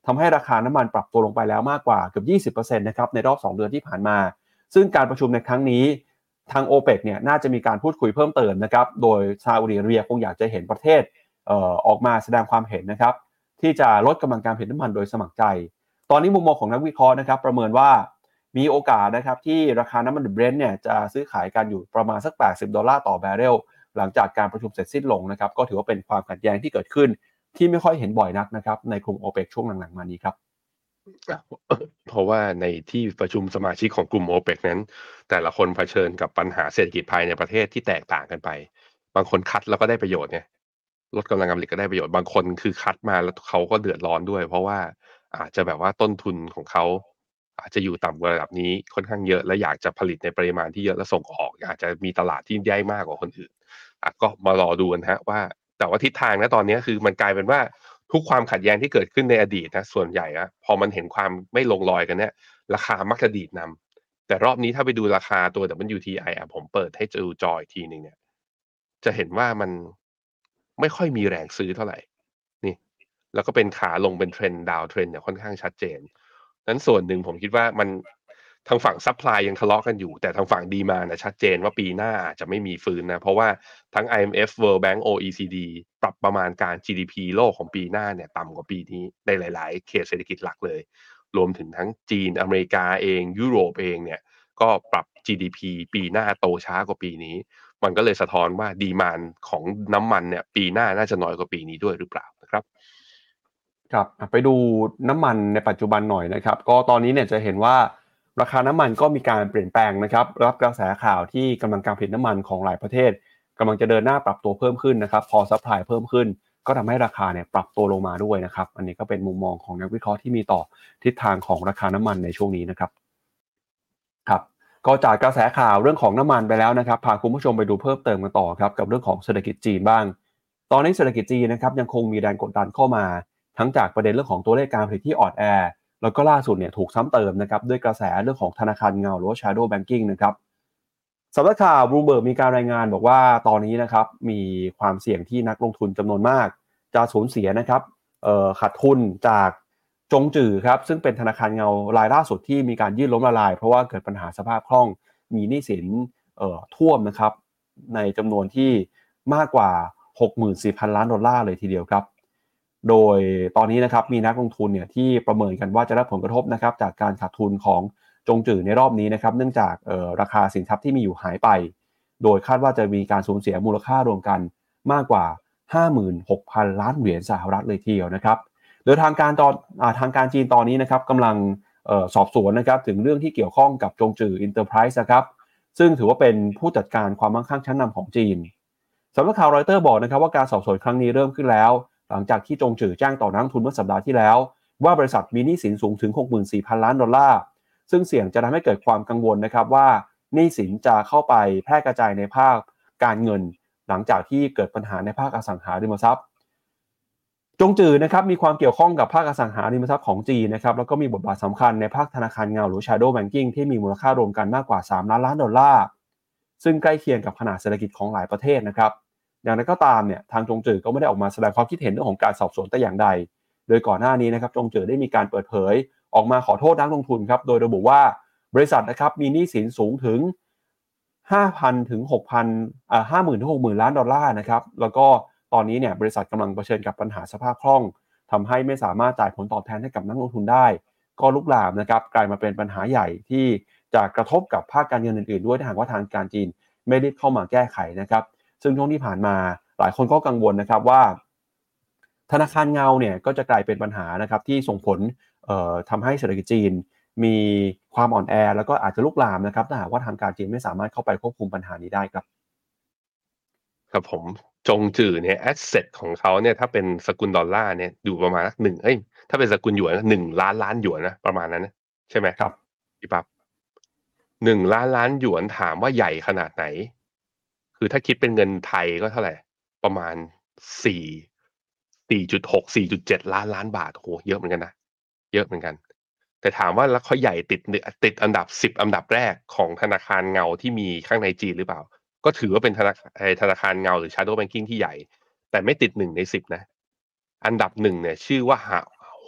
ทำให้ราคาน้ำมันปรับตัวลงไปแล้วมากกว่าเกือบ ยี่สิบเปอร์เซ็นต์ นะครับในรอบสองเดือนที่ผ่านมาซึ่งการประชุมในครั้งนี้ทาง โอเปก เนี่ยน่าจะมีการพูดคุยเพิ่มเติมนะครับโดยซาอุดิอาระเบียคงอยากจะเห็นประเทศเอ่อออกมาแสดงความเห็นนะครับที่จะลดกำลังการผลิตน้ำมันโดยสมัครใจตอนนี้มุมมองของนักวิเคราะห์นะครับประเมินว่ามีโอกาสนะครับที่ราคาน้ำมันเบรนท์เนี่ยจะซื้อขายกันอยู่ประมาณสักแปดสิบดอลลาร์ต่อแบเรลหลังจากการประชุมเสร็จสิ้นลงนะครับก็ถือว่าเป็นความขัดแย้งที่เกิดขึ้นที่ไม่ค่อยเห็นบ่อยนักนะครับในกลุ่ม โอเปก ช่วงหลังๆมานี้ครับเพราะว่าในที่ประชุมสมาชิกของกลุ่ม โอเปก นั้นแต่ละคนเผชิญกับปัญหาเศรษฐกิจภายในประเทศที่แตกต่างกันไปบางคนคัดแล้วก็ได้ประโยชน์ไงลดกำลังการผลิตก็ได้ประโยชน์บางคนคือคัดมาแล้วเขาก็เดือดร้อนด้วยเพราะว่าอาจจะแบบว่าต้นทุนของเขาอาจจะอยู่ต่ำกว่าระดับนี้ค่อนข้างเยอะและอยากจะผลิตในปริมาณที่เยอะและส่งออกอาจจะมีตลาดที่ได้มากกว่าคนอื่นอ่ะก็มารอดูกันฮะว่าแต่ว่าทิศทางนะตอนนี้คือมันกลายเป็นว่าทุกความขัดแย้งที่เกิดขึ้นในอดีตนะส่วนใหญ่อะพอมันเห็นความไม่ลงรอยกันเนี่ยราคามักจะดีดนำแต่รอบนี้ถ้าไปดูราคาตัว ดับเบิลยู ที ไอ อ่ะผมเปิดให้ดูจออีกทีนึงเนี่ยจะเห็นว่ามันไม่ค่อยมีแรงซื้อเท่าไหร่นี่แล้วก็เป็นขาลงเป็นเทรนด์ดาวเทรนด์เนี่ยค่อนข้างชัดเจนนั้นส่วนหนึ่งผมคิดว่ามันทางฝั่งซัพพลายยังทะเลาะกันอยู่แต่ทางฝั่งดีมานด์น่ะชัดเจนว่าปีหน้าอาจจะไม่มีฟื้นนะเพราะว่าทั้ง ไอ เอ็ม เอฟ World Bank โอ อี ซี ดี ปรับประมาณการ จี ดี พี โลกของปีหน้าเนี่ยต่ำกว่าปีนี้ในหลายๆเขตเศรษฐกิจหลักเลยรวมถึงทั้งจีนอเมริกาเองยุโรปเองเนี่ยก็ปรับ จี ดี พี ปีหน้าโตช้ากว่าปีนี้มันก็เลยสะท้อนว่าดีมานด์ของน้ำมันเนี่ยปีหน้าน่าจะน้อยกว่าปีนี้ด้วยหรือเปล่านะครับครับไปดูน้ำมันในปัจจุบันหน่อยนะครับก็ตอนนี้เนี่ยจะเห็นว่าราคาน้ำมันก็มีการเปลี่ยนแปลงนะครับรับกระแสข่าวที่กำลังการผลิตน้ำมันของหลายประเทศกำลังจะเดินหน้าปรับตัวเพิ่มขึ้นนะครับพอซัพพลายเพิ่มขึ้นก็ทำให้ราคาเนี่ยปรับตัวลงมาด้วยนะครับอันนี้ก็เป็นมุมมองของนักวิเคราะห์ที่มีต่อทิศทางของราคาน้ำมันในช่วงนี้นะครับครับก็จากกระแสข่าวเรื่องของน้ำมันไปแล้วนะครับพาคุณผู้ชมไปดูเพิ่มเติมกันต่อครับกับเรื่องของเศรษฐกิจจีนบ้างตอนนี้เศรษฐกิจจีนนะครับยังคงมีแรงกดดันเข้ามาทั้งจากประเด็นเรื่องของตัวเลขการผลิตที่อ่อนแอแล้วก็ล่าสุดเนี่ยถูกซ้ำเติมนะครับด้วยกระแสเรื่องของธนาคารเงาหรือว่า Shadow Banking นะครับสำนักข่าว Bloomberg มีการรายงานบอกว่าตอนนี้นะครับมีความเสี่ยงที่นักลงทุนจำนวนมากจะสูญเสียนะครับเอ่อขาดทุนจากจงจื่อครับซึ่งเป็นธนาคารเงารายล่าสุดที่มีการยื่นล้มละลายเพราะว่าเกิดปัญหาสภาพคล่องมีหนี้สินเอ่อท่วมนะครับในจำนวนที่มากกว่า หกหมื่นสี่พัน ล้านดอลลาร์เลยทีเดียวครับโดยตอนนี้นะครับมีนักลงทุนเนี่ยที่ประเมินกันว่าจะได้ผลกระทบนะครับจากการขาดทุนของจงจื่อในรอบนี้นะครับเนื่องจากเอ่อราคาสินทรัพย์ที่มีอยู่หายไปโดยคาดว่าจะมีการสูญเสียมูลค่ารวมกันมากกว่า ห้าหมื่นหกพัน ล้านเหรียญสหรัฐเลยทีเดียวนะครับโดยทางการตอนอ่าทางการจีนตอนนี้นะครับกำลังเอ่อสอบสวนนะครับถึงเรื่องที่เกี่ยวข้องกับจงจื่อ Enterprise นะครับซึ่งถือว่าเป็นผู้จัดการความมั่งคั่งชั้นนำของจีนสำนักข่าวรอยเตอร์บอกนะครับว่าการสอบสวนครั้งนี้เริ่มขึ้นแล้วหลังจากที่จงจื่อแจ้งต่อนักลงทุนเมื่อสัปดาห์ที่แล้วว่าบริษัทมีหนี้สินสูงถึง หกหมื่นสี่พัน ล้านดอลลาร์ซึ่งเสี่ยงจะทำให้เกิดความกังวลนะครับว่าหนี้สินจะเข้าไปแพร่กระจายในภาคการเงินหลังจากที่เกิดปัญหาในภาคอสังหาริมทรัพย์จงจื่อนะครับมีความเกี่ยวข้องกับภาคอสังหาริมทรัพย์ของจีนนะครับแล้วก็มีบทบาทสำคัญในภาคธนาคารเงาหรือ Shadow Banking ที่มีมูลค่ารวมกันมากกว่าสามล้านล้านดอลลาร์ซึ่งใกล้เคียงกับขนาดเศรษฐกิจของหลายประเทศนะครับอย่างไรก็ตามเนี่ยทางจงจื่อก็ไม่ได้ออกมาแสดงความคิดเห็นเรื่องของการสอบสวนแต่อย่างใดโดยก่อนหน้านี้นะครับจงจื่อได้มีการเปิดเผยออกมาขอโทษนักลงทุนครับโดยระบุว่าบริษัทนะครับมีหนี้สินสูงถึง ห้าพัน ถึง หกพัน อ่า ห้าหมื่น ถึง หกหมื่น ล้านดอลลาร์นะครับแล้วก็ตอนนี้เนี่ยบริษัทกำลังเผชิญกับปัญหาสภาพคล่องทำให้ไม่สามารถจ่ายผลตอบแทนให้กับนักลงทุนได้ก็ลุกลามนะครับกลายมาเป็นปัญหาใหญ่ที่จะกระทบกับภาคการเงินอื่นๆด้วยถ้าหากว่าทางการจีนไม่ได้เข้ามาแก้ไขนะครับซึ่งช่วงที่ผ่านมาหลายคนก็กังวลนะครับว่าธนาคารเงาเนี่ยก็จะกลายเป็นปัญหานะครับที่ส่งผลเอ่อทำให้เศรษฐกิจจีนมีความอ่อนแอแล้วก็อาจจะลุกลามนะครับถ้าหากว่าทางการจีนไม่สามารถเข้าไปควบคุมปัญหานี้ได้ครับครับผมจงจื่อเนี่ยแอสเซทของเขาเนี่ยถ้าเป็นสกุลดอลลาร์เนี่ยอยู่ประมาณหนึ่งเอ้ยถ้าเป็นสกุลหยวนหนึ่งล้านล้านหยวนนะประมาณนั้นนะใช่ไหมครับพี่ปั๊บหนึ่งล้านล้านหยวนถามว่าใหญ่ขนาดไหนคือถ้าคิดเป็นเงินไทยก็เท่าไหร่ประมาณสี่ สี่จุดหก สี่จุดเจ็ด ล้านล้านบาทโอ้โหเยอะเหมือนกันนะเยอะเหมือนกันแต่ถามว่าแล้วเขาใหญ่ติดติดอันดับสิบอันดับแรกของธนาคารเงาที่มีข้างในจีนหรือเปล่าก็ถือว่าเป็นธนาคารธนาคารเงาหรือ Shadow Banking ที่ใหญ่แต่ไม่ติดหนึ่งในสิบนะอันดับหนึ่งเนี่ยชื่อว่า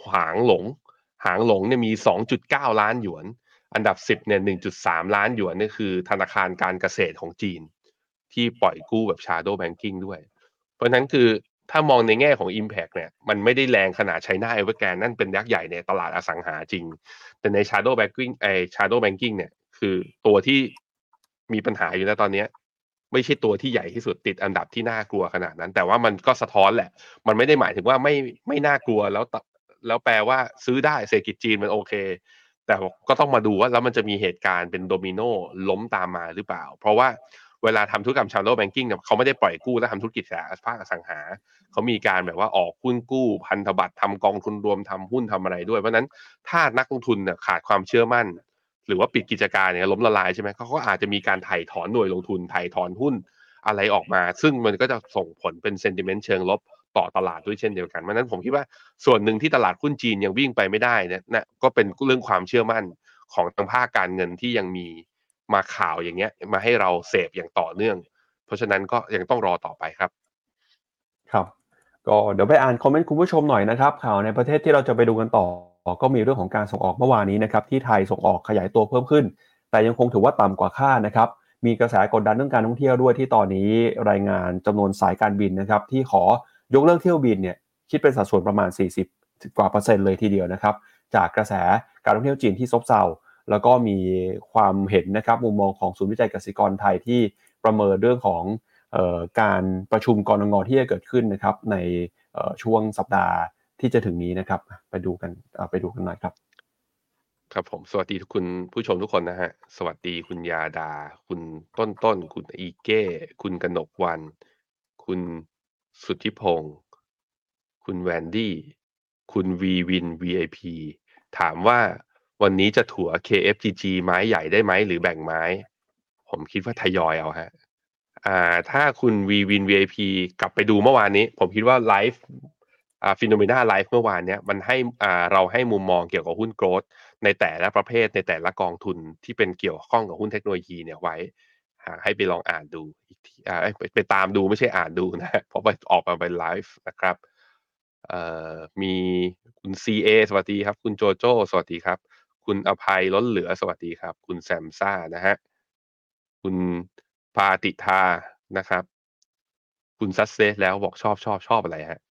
หางหลงหางหลงเนี่ยมี สองจุดเก้า ล้านหยวนอันดับสิบเนี่ย หนึ่งจุดสาม ล้านหยวนนี่คือธนาคารการเกษตรของจีนที่ปล่อยกู้แบบ Shadow Banking ด้วยเพราะฉะนั้นคือถ้ามองในแง่ของ Impact เนี่ยมันไม่ได้แรงขนาด China Evergrande นั่นเป็นยักษ์ใหญ่ในตลาดอสังหาจริงแต่ใน Shadow Banking ไอ้ Shadow Banking เนี่ยคือตัวที่มีปัญหาอยู่นะตอนนี้ไม่ใช่ตัวที่ใหญ่ที่สุดติดอันดับที่น่ากลัวขนาดนั้นแต่ว่ามันก็สะท้อนแหละมันไม่ได้หมายถึงว่าไม่ไม่น่ากลัวแล้วแล้วแปลว่าซื้อได้เศรษฐกิจจีนมันโอเคแต่ก็ต้องมาดูว่าแล้วมันจะมีเหตุการณ์เป็นโดมิโนล้มตามมาหรือเปล่าเพราะว่าเวลาทำธุรกรรม Shadow Banking เนี่ยเขาไม่ได้ปล่อยกู้และทำธุรกิจภาคอสังหาเขามีการแบบว่าออกหุ้นกู้พันธบัตรทำกองทุนรวมทำหุ้นทำอะไรด้วยเพราะนั้นถ้านักลงทุนเนี่ยขาดความเชื่อมั่นหรือว่าปิดกิจการเนี่ยล้มละลายใช่ไหมเขาก็อาจจะมีการถ่ายถอนหน่วยลงทุนถ่ายถอนหุ้นอะไรออกมาซึ่งมันก็จะส่งผลเป็นเซนติเมนต์เชิงลบต่อตลาดด้วยเช่นเดียวกันเพราะนั้นผมคิดว่าส่วนหนึ่งที่ตลาดหุ้นจีนยังวิ่งไปไม่ได้เนี่ยนะก็เป็นเรื่องความเชื่อมั่นของทางภาคการเงินที่ยังมีมาข่าวอย่างเงี้ยมาให้เราเสพอย่างต่อเนื่องเพราะฉะนั้นก็ยังต้องรอต่อไปครับครับก็เดี๋ยวไปอ่านคอมเมนต์คุณผู้ชมหน่อยนะครับข่าวในประเทศที่เราจะไปดูกันต่อก็มีเรื่องของการส่งออกเมื่อวานนี้นะครับที่ไทยส่งออกขยายตัวเพิ่มขึ้นแต่ยังคงถือว่าต่ำกว่าคาดนะครับมีกระแสกดดันเรื่องการท่องเที่ยวด้วยที่ตอนนี้รายงานจำนวนสายการบินนะครับที่ขอยกเลิกเที่ยวบินเนี่ยคิดเป็นสัดส่วนประมาณสี่สิบกว่าเปอร์เซ็นต์เลยทีเดียวนะครับจากกระแสการท่องเที่ยวจีนที่ซบเซาแล้วก็มีความเห็นนะครับมุมมองของศูนย์วิจัยกสิกรไทยที่ประเมินเรื่องของเอ่อการประชุมกนงที่จะเกิดขึ้นนะครับในเอ่อช่วงสัปดาห์ที่จะถึงนี้นะครับไปดูกันไปดูกันหน่อยครับครับผมสวัสดีทุกคุณผู้ชมทุกคนนะฮะสวัสดีคุณยาดาคุณต้นต้นคุณอีเก้คุณกนกวันคุณสุทธิพงศ์คุณแวนดี้คุณวีวิน วี ไอ พี ถามว่าวันนี้จะถัว เค เอฟ จี จี ไม้ใหญ่ได้ไหมหรือแบ่งไม้ผมคิดว่าทยอยเอาฮะอ่าถ้าคุณวีวิน วี ไอ พี กลับไปดูเมื่อวานนี้ผมคิดว่าไลฟ์อ่าฟิโนเมนาไลฟ์เมื่อวานเนี้ยมันให้อ่าเราให้มุมมองเกี่ยวกับหุ้นโกรทในแต่ละประเภทในแต่ละกองทุนที่เป็นเกี่ยวข้องกับหุ้นเทคโนโลยีเนี่ยไว้ให้ไปลองอ่านดูอีกทีอ่าไปไปตามดูไม่ใช่อ่านดูนะเพราะไปออกมาเป็นไลฟ์นะครับเอ่อมีคุณ ซี เอ สวัสดีครับคุณโจโจ้สวัสดีครับคุณอภัยล้นเหลือสวัสดีครับคุณแซมซ่านะฮะคุณพาติทานะครับคุณซัสเซสแล้วบอกชอบชอบชอบอะไรฮะ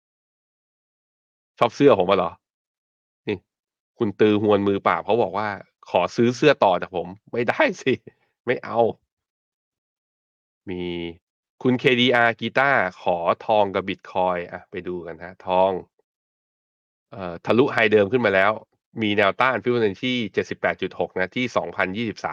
ชอบเสื้อผมเหรอนี่คุณตือหวนมือเปล่าเขาบอกว่าขอซื้อเสื้อต่อจากผมไม่ได้สิไม่เอามีคุณ เค ดี อาร์ กีตาร์ขอทองกับบิตคอยอ่ะไปดูกันฮะทองเอ่อทะลุไฮเดิมขึ้นมาแล้วมีแนวต้านฟิวเจอร์ที่ เจ็ดสิบแปดจุดหก นะที่ สองพันยี่สิบสาม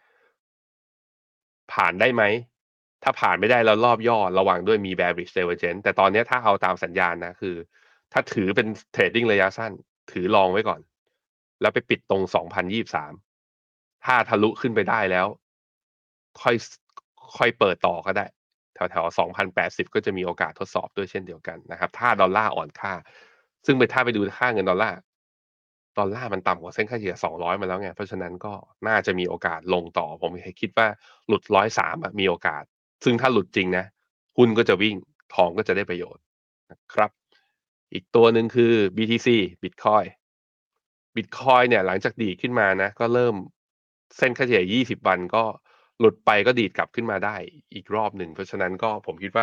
ผ่านได้ไหมถ้าผ่านไม่ได้แล้วรอบย่อระวังด้วยมี bearish divergence แต่ตอนนี้ถ้าเอาตามสัญญาณนะคือถ้าถือเป็นเทรดดิ้งระยะสั้นถือลองไว้ก่อนแล้วไปปิดตรงสองพันยี่สิบสามถ้าทะลุขึ้นไปได้แล้วค่อยค่อยเปิดต่อก็ได้แถวๆสองพันแปดสิบก็จะมีโอกาสทดสอบด้วยเช่นเดียวกันนะครับถ้าดอลลาร์อ่อนค่าซึ่งไปถ้าไปดูค่าเงินดอลลาร์ดอลลาร์มันต่ำกว่าเส้นค่าเฉลี่ยสองร้อยมาแล้วไงเพราะฉะนั้นก็น่าจะมีโอกาสลงต่อผมคิดว่าหลุดหนึ่งร้อยสามอ่ะมีโอกาสซึ่งถ้าหลุดจริงนะหุ้นก็จะวิ่งทองก็จะได้ประโยชน์นะครับอีกตัวหนึ่งคือ บี ที ซี Bitcoin Bitcoin เนี่ยหลังจากดีดขึ้นมานะก็เริ่มเส้นค่าเฉลี่ยยี่สิบวันก็หลุดไปก็ดีดกลับขึ้นมาได้อีกรอบหนึ่งเพราะฉะนั้นก็ผมคิดว่า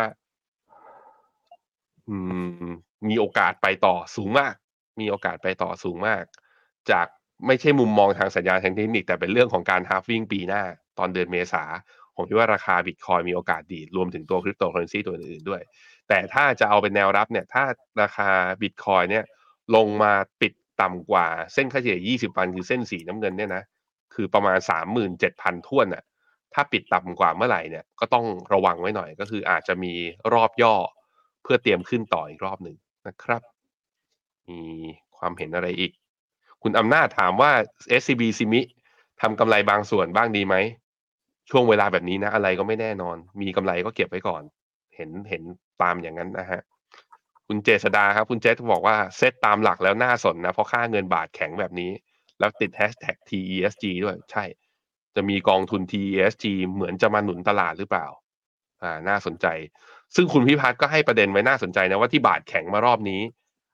อืมมีโอกาสไปต่อสูงมากมีโอกาสไปต่อสูงมากจากไม่ใช่มุมมองทางสัญญาณทางเทคนิคแต่เป็นเรื่องของการ halving ปีหน้าตอนเดือนเมษาผมคิดว่าราคา Bitcoin มีโอกาสดีดรวมถึงตัว Cryptocurrency ตัวอื่นๆด้วยแต่ถ้าจะเอาเป็นแนวรับเนี่ยถ้าราคา Bitcoin เนี่ยลงมาปิดต่ำกว่าเส้นค่าเฉลี่ยยี่สิบวันคือเส้นสีน้ำเงินเนี่ยนะคือประมาณ สามหมื่นเจ็ดพัน ถ้วนน่ะถ้าปิดต่ำกว่าเมื่อไหร่เนี่ยก็ต้องระวังไว้หน่อยก็คืออาจจะมีรอบย่อเพื่อเตรียมขึ้นต่ออีกรอบหนึ่งนะครับมีความเห็นอะไรอีกคุณอำนาจถามว่า เอส ซี บี ซิมิทำกำไรบางส่วนบ้างดีไหมช่วงเวลาแบบนี้นะอะไรก็ไม่แน่นอนมีกำไรก็เก็บไว้ก่อนเห็นเห็นตามอย่างนั้นนะฮะคุณเจษดาครับคุณเจษบอกว่าเซตตามหลักแล้วน่าสนนะเพราะค่าเงินบาทแข็งแบบนี้แล้วติดแฮชแท็ก ที อี เอส จี ด้วยใช่จะมีกองทุน ที อี เอส จี เหมือนจะมาหนุนตลาดหรือเปล่าอ่าน่าสนใจซึ่งคุณพิพัฒน์ก็ให้ประเด็นไว้น่าสนใจนะว่าที่บาทแข็งมารอบนี้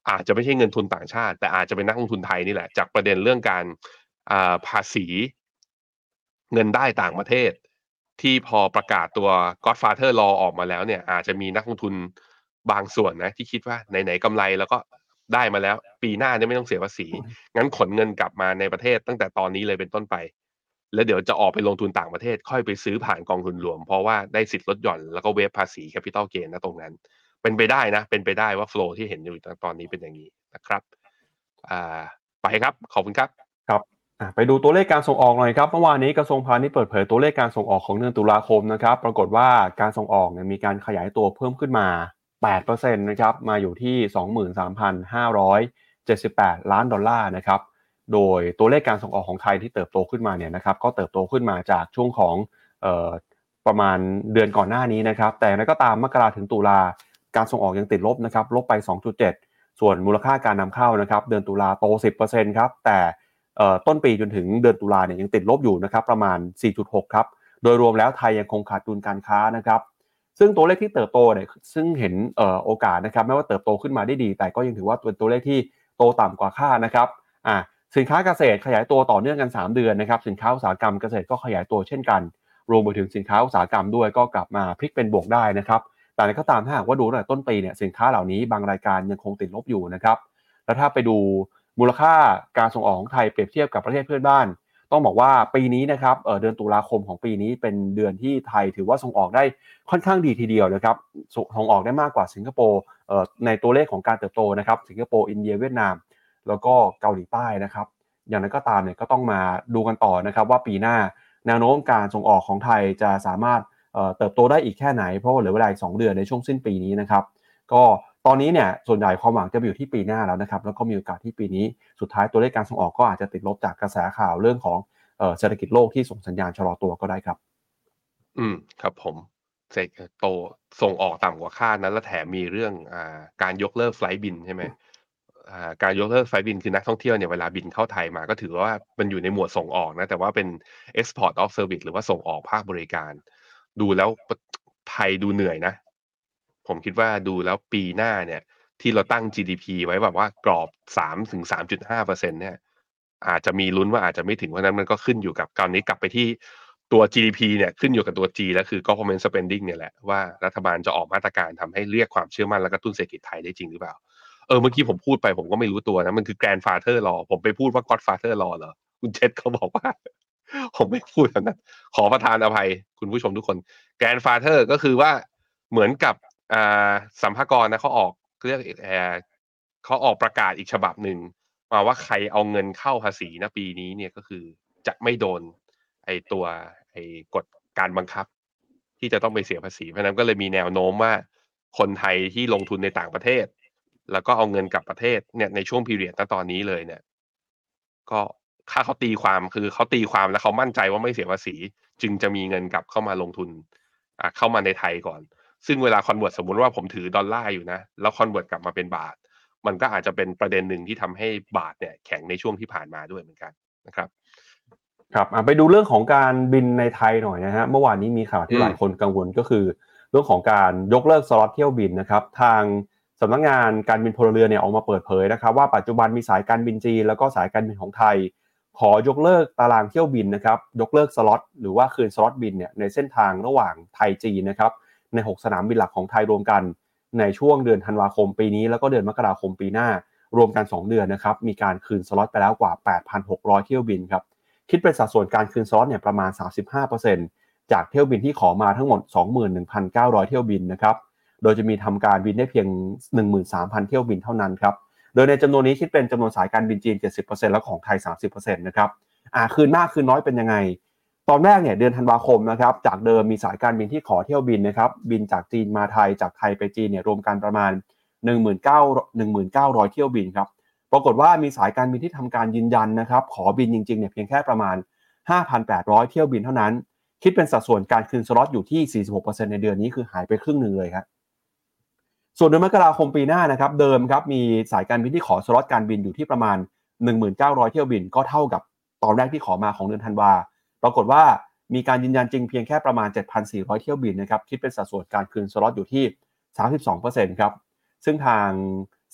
อาจจะไม่ใช่เงินทุนต่างชาติแต่อาจจะเป็นนักลงทุนไทยนี่แหละจากประเด็นเรื่องการอ่าภาษีเงินได้ต่างประเทศที่พอประกาศตัว Godfather Law ออกมาแล้วเนี่ยอาจจะมีนักลงทุนบางส่วนนะที่คิดว่าไหนๆกำไรแล้วก็ได้มาแล้วปีหน้าเนี่ยไม่ต้องเสียภาษีงั้นขนเงินกลับมาในประเทศตั้งแต่ตอนนี้เลยเป็นต้นไปแล้วเดี๋ยวจะออกไปลงทุนต่างประเทศค่อยไปซื้อผ่านกองทุนรวมเพราะว่าได้สิทธิ์ลดหย่อนแล้วก็เวฟภาษี Capital Gain นะตรงนั้นเป็นไปได้นะเป็นไปได้ว่าโฟลว์ที่เห็นอยู่ตอนนี้เป็นอย่างนี้นะครับอ่าไปครับขอบคุณครับครับไปดูตัวเลขการส่งออกหน่อยครับเมื่อวานนี้กระทรวงพาณิชย์เปิดเผยตัวเลขการส่งออกของเดือนตุลาคมนะครับปรากฏว่าการส่งออกเนี่ยมีการขยายตัวเพิ่มขึ้นมา แปดเปอร์เซ็นต์ นะครับมาอยู่ที่ สองหมื่นสามพันห้าร้อยเจ็ดสิบแปด ล้านดอลลาร์นะครับโดยตัวเลขการส่งออกของไทยที่เติบโตขึ้นมาเนี่ยนะครับก็เติบโตขึ้นมาจากช่วงของเอ่อประมาณเดือนก่อนหน้านี้นะครับแต่แล้วก็ตามมกราถึงตุลาการส่งออกยังติดลบนะครับลบไป สองจุดเจ็ด ส่วนมูลค่าการนำเข้านะครับเดือนตุลาโต สิบเปอร์เซ็นต์ ครับแต่ต้นปีจนถึงเดือนตุลาเนี่ยยังติดลบอยู่นะครับประมาณ สี่จุดหก ครับโดยรวมแล้วไทยยังคงขาดดุลการค้านะครับซึ่งตัวเลขที่เติบโตเนี่ยซึ่งเห็นเอ่อโอกาสนะครับแม้ว่าเติบโตขึ้นมาได้ดีแต่ก็ยังถือว่าเป็นตัวเลขที่โตต่ำกว่าคาดนะครับอ่าสินค้าเกษตรขยายตัวต่อเนื่องกันสามเดือนนะครับสินค้าอุตสาหกรรมเกษตรก็ขยายตัวเช่นกันรวมไปถึงสินค้าอุตสาหกรรมด้วยก็กลับมาพลิกเป็นบวกได้นะครับแต่ก็ตามถ้าหากว่าดูตั้งแต่ต้นปีเนี่ยสินค้าเหล่านี้บางรายการยังคงติดลบอยู่นะครับแล้วถ้าไปดูมูลค่าการส่งออกของไทยเปรียบเทียบกับประเทศเพื่อนบ้านต้องบอกว่าปีนี้นะครับเอ่อเดือนตุลาคมของปีนี้เป็นเดือนที่ไทยถือว่าส่งออกได้ค่อนข้างดีทีเดียวนะครับส่งออกได้มากกว่าสิงคโปร์เอ่อในตัวเลขของการเติบโตนะครับสิงคโปร์อินเดียเวียดนามแล้วก็เกาหลีใต้นะครับอย่างนั้นก็ตามเนี่ยก็ต้องมาดูกันต่อนะครับว่าปีหน้าแนวโน้มการส่งออกของไทยจะสามารถเอ่อเติบโตได้อีกแค่ไหนเพราะว่าเหลือเวลาอีกสองเดือนในช่วงสิ้นปีนี้นะครับก็ตอนนี้เนี่ยส่วนใหญ่ความหวังจะไปอยู่ที่ปีหน้าแล้วนะครับแล้วก็มีโอกาสที่ปีนี้สุดท้ายตัวเลขการส่งออกก็อาจจะติดลบจากกระแสข่าวเรื่องของเอ่อเศรษฐกิจโลกที่ส่งสัญญาณชะลอตัวก็ได้ครับอืมครับผมเศรษฐโตส่งออกต่ำกว่าคาดนะแล้วแถมมีเรื่องอ่าการยกเลิกไฟลต์บินใช่ไหมอ่าการยกเลิกไฟลต์บินคือนักท่องเที่ยวเนี่ยเวลาบินเข้าไทยมาก็ถือว่ามันอยู่ในหมวดส่งออกนะแต่ว่าเป็น Export of Service หรือว่าส่งออกภาคบริการดูแล้วไทยดูเหนื่อยนะผมคิดว่าดูแล้วปีหน้าเนี่ยที่เราตั้ง จี ดี พี ไว้แบบว่ากรอบ สามถึงสามจุดห้าเปอร์เซ็นต์ เนี่ยอาจจะมีลุ้นว่าอาจจะไม่ถึงเพราะนั้นมันก็ขึ้นอยู่กับคราวนี้กลับไปที่ตัว จี ดี พี เนี่ยขึ้นอยู่กับตัว G แล้วคือ government spending เนี่ยแหละว่ารัฐบาลจะออกมาตรการทำให้เรียกความเชื่อมั่นและกระตุ้นเศรษฐกิจไทยได้จริงหรือเปล่าเออเมื่อกี้ผมพูดไปผมก็ไม่รู้ตัวนะมันคือ grandfather law ผมไปพูดว่า godfather law เหรอคุณเจษเขาบอกว่าผมไม่พูดแบบนั้นขอประทานอภัยคุณผู้ชมทุกคน grandfather ก็คือว่าเหมือนกับอ่าสัมภากรนะเขาออกเรียกเอ่อเขาออกประกาศอีกฉบับหนึ่งมาว่าใครเอาเงินเข้าภาษีนะปีนี้เนี่ยก็คือจะไม่โดนไอตัวไอกฎการบังคับที่จะต้องไปเสียภาษีเพราะนั้นก็เลยมีแนวโน้มว่าคนไทยที่ลงทุนในต่างประเทศแล้วก็เอาเงินกลับประเทศเนี่ยในช่วงพีเรียดณตอนนี้เลยเนี่ยก็ถ้าเขาตีความคือเขาตีความแล้วเขามั่นใจว่าไม่เสียภาษีจึงจะมีเงินกลับเข้ามาลงทุนอ่าเข้ามาในไทยก่อนซึ่งเวลาคอนเวิร์ตสมมุติว่าผมถือดอลลาร์อยู่นะแล้วคอนเวิร์ตกลับมาเป็นบาทมันก็อาจจะเป็นประเด็นหนึ่งที่ทำให้บาทเนี่ยแข็งในช่วงที่ผ่านมาด้วยเหมือนกันนะครับครับไปดูเรื่องของการบินในไทยหน่อยนะฮะเมื่อวานนี้มีข่าวที่หลายคนกังวลก็คือเรื่องของการยกเลิกสล็อตเที่ยวบินนะครับทางสำนักงานการบินพลเรือนเนี่ยออกมาเปิดเผยนะครับว่าปัจจุบันมีสายการบินจีนแล้วก็สายการบินของไทยขอยกเลิกตารางเที่ยวบินนะครับยกเลิกสล็อตหรือว่าคืนสล็อตบินเนี่ยในเส้นทางระหว่างไทยจีนนะครับในหกสนามบินหลักของไทยรวมกันในช่วงเดือนธันวาคมปีนี้แล้วก็เดือนมกราคมปีหน้ารวมกันสองเดือนนะครับมีการคืนสล็อตไปแล้วกว่า แปดพันหกร้อย เที่ยวบินครับคิดเป็นสัดส่วนการคืนสล็อตเนี่ยประมาณ สามสิบห้าเปอร์เซ็นต์ จากเที่ยวบินที่ขอมาทั้งหมด สองหมื่นหนึ่งพันเก้าร้อย เที่ยวบินนะครับโดยจะมีทำการบินได้เพียง หนึ่งหมื่นสามพัน เที่ยวบินเท่านั้นครับโดยในจำนวนนี้คิดเป็นจำนวนสายการบินจีน เจ็ดสิบเปอร์เซ็นต์ และของไทย สามสิบเปอร์เซ็นต์ นะครับอ่าคืนมากคืนน้อยเป็นยังไงตอนแรกเนี่ยเดือนธันวาคมนะครับจากเดิมมีสายการบินที่ขอเที่ยวบินนะครับบินจากจีนมาไทยจากไทยไปจีนเนี่ยรวมกันประมาณ หนึ่งหมื่นเก้าร้อย เที่ยวบินครับปรากฏว่ามีสายการบินที่ทำการยืนยันนะครับขอบินจริงๆเนี่ยเพียงแค่ประมาณ ห้าพันแปดร้อย เที่ยวบินเท่านั้นคิดเป็นสัดส่วนการคืนสล็อตอยู่ที่ สี่สิบหกเปอร์เซ็นต์ ในเดือนนี้คือหายไปครึ่งนึงเลยครับส่วนเดือนมกราคมปีหน้านะครับเดิมครับมีสายการบินที่ขอสล็อตการบินอยู่ที่ประมาณ หนึ่งหมื่นเก้าร้อย เที่ยวบินก็เท่ากับตอนแรกที่ขอมาของเดือนธันวาปรากฏว่ามีการยืนยันจริงเพียงแค่ประมาณ เจ็ดพันสี่ร้อย เที่ยวบินนะครับคิดเป็นสัดส่วนการคืนสล็อตอยู่ที่ สามสิบสองเปอร์เซ็นต์ ครับซึ่งทาง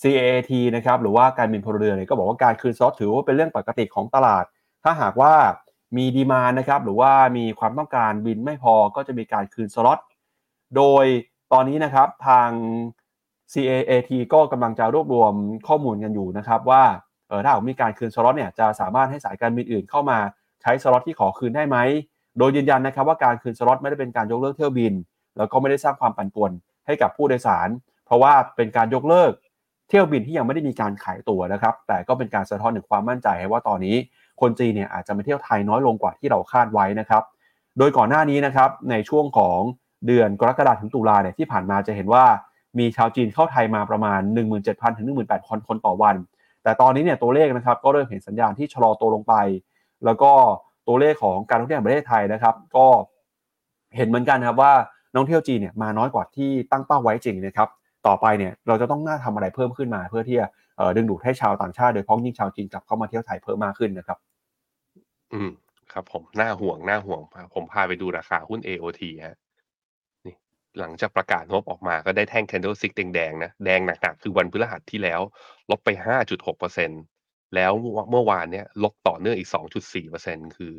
ซี เอ เอ ที นะครับหรือว่าการบินพลเรือนเนี่ยก็บอกว่าการคืนสล็อตถือว่าเป็นเรื่องปกติของตลาดถ้าหากว่ามีดีมานด์นะครับหรือว่ามีความต้องการบินไม่พอก็จะมีการคืนสล็อตโดยตอนนี้นะครับทาง ซี เอ เอ ที ก็กำลังจะรวบรวมข้อมูลกันอยู่นะครับว่าเออถ้าหากมีการคืนสล็อตเนี่ยจะสามารถให้สายการบินอื่นเข้ามาใช้สล็อตที่ขอคืนได้ไหมโดยยืนยันนะครับว่าการคืนสล็อตไม่ได้เป็นการยกเลิกเที่ยวบินแล้วก็ไม่ได้สร้างความปั่นป่วนให้กับผู้โดยสารเพราะว่าเป็นการยกเลิกเที่ยวบินที่ยังไม่ได้มีการขายตั๋วนะครับแต่ก็เป็นการสะท้อนถึงความมั่นใจว่าตอนนี้คนจีนเนี่ยอาจจะมาเที่ยวไทยน้อยลงกว่าที่เราคาดไว้นะครับโดยก่อนหน้านี้นะครับในช่วงของเดือนกรกฎาคมถึงตุลาเนี่ยที่ผ่านมาจะเห็นว่ามีชาวจีนเข้าไทยมาประมาณ หนึ่งหมื่นเจ็ดพัน ถึง หนึ่งหมื่นแปดพัน คนต่อวันแต่ตอนนี้เนี่ยตัวเลขนะครับก็เริ่มเห็นสัญญาณที่ชะลอตัวลงไปแล้วก็ตัวเลขของการท่องเที่ยวในประเทศไทยนะครับก็เห็นเหมือนกันครับว่านักท่องเที่ยวจีนเนี่ยมาน้อยกว่าที่ตั้งเป้าไว้จริงนะครับต่อไปเนี่ยเราจะต้องน่าทำอะไรเพิ่มขึ้นมาเพื่อที่จะดึงดูดให้ชาวต่างชาติโดยเฉพาะยิ่งชาวจีนกลับเข้ามาเที่ยวไทยเพิ่มมากขึ้นนะครับอืมครับผมน่าห่วงน่าห่วงผมพาไปดูราคาหุ้น เอ โอ ที ฮะนี่หลังจากประกาศงบออกมาก็ได้แท่ง candlestick แดงๆนะแดงหนักๆคือวันพฤหัสที่แล้วลบไป ห้าจุดหกเปอร์เซ็นต์ แล้วเมื่อวานเนี้ยลบต่อเนื่องอีก สองจุดสี่เปอร์เซ็นต์ คือ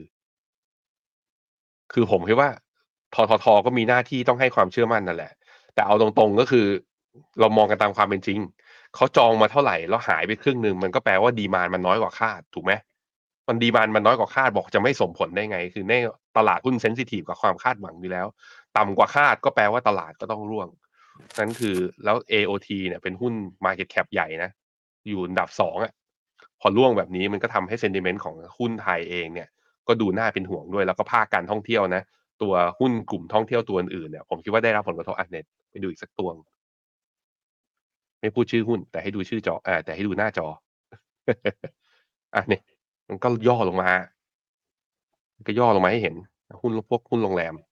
คือผมคิดว่าทททก็มีหน้าที่ต้องให้ความเชื่อมั่นนั่นแหละแต่เอาตรงๆก็คือเรามองกันตามความเป็นจริงเขาจองมาเท่าไหร่แล้วหายไปครึ่งนึงมันก็แปลว่าดีมานด์มันน้อยกว่าคาดถูกไหมมันดีมานด์มันน้อยกว่าคาดบอกจะไม่ส่งผลได้ไงคือในตลาดหุ้นเซนซิทีฟกับความคาดหวังอยู่แล้วต่ำกว่าคาดก็แปลว่าตลาดก็ต้องร่วงนั่นคือแล้ว เอ โอ ที เนี่ยเป็นหุ้น market cap ใหญ่นะอยู่อันดับสองอ่ะพอร่วงแบบนี้มันก็ทำให้ sentiment ของหุ้นไทยเองเนี่ยก็ดูน่าเป็นห่วงด้วยแล้วก็ภาคการท่องเที่ยวนะตัวหุ้นกลุ่มท่องเที่ยวตัวอื่นเนี่ยผมคิดว่าได้รับผลกระทบอันเน็ตไปดูอีกสักตัวไม่พูดชื่อหุ้นแต่ให้ดูชื่อจออ่าแต่ให้ดูหน้าจอ อ่ะเนี่ยมันก็ย่อลงมามันก็ย่อลงมาให้เห็นหุ้นพวกหุ้นโรงแรม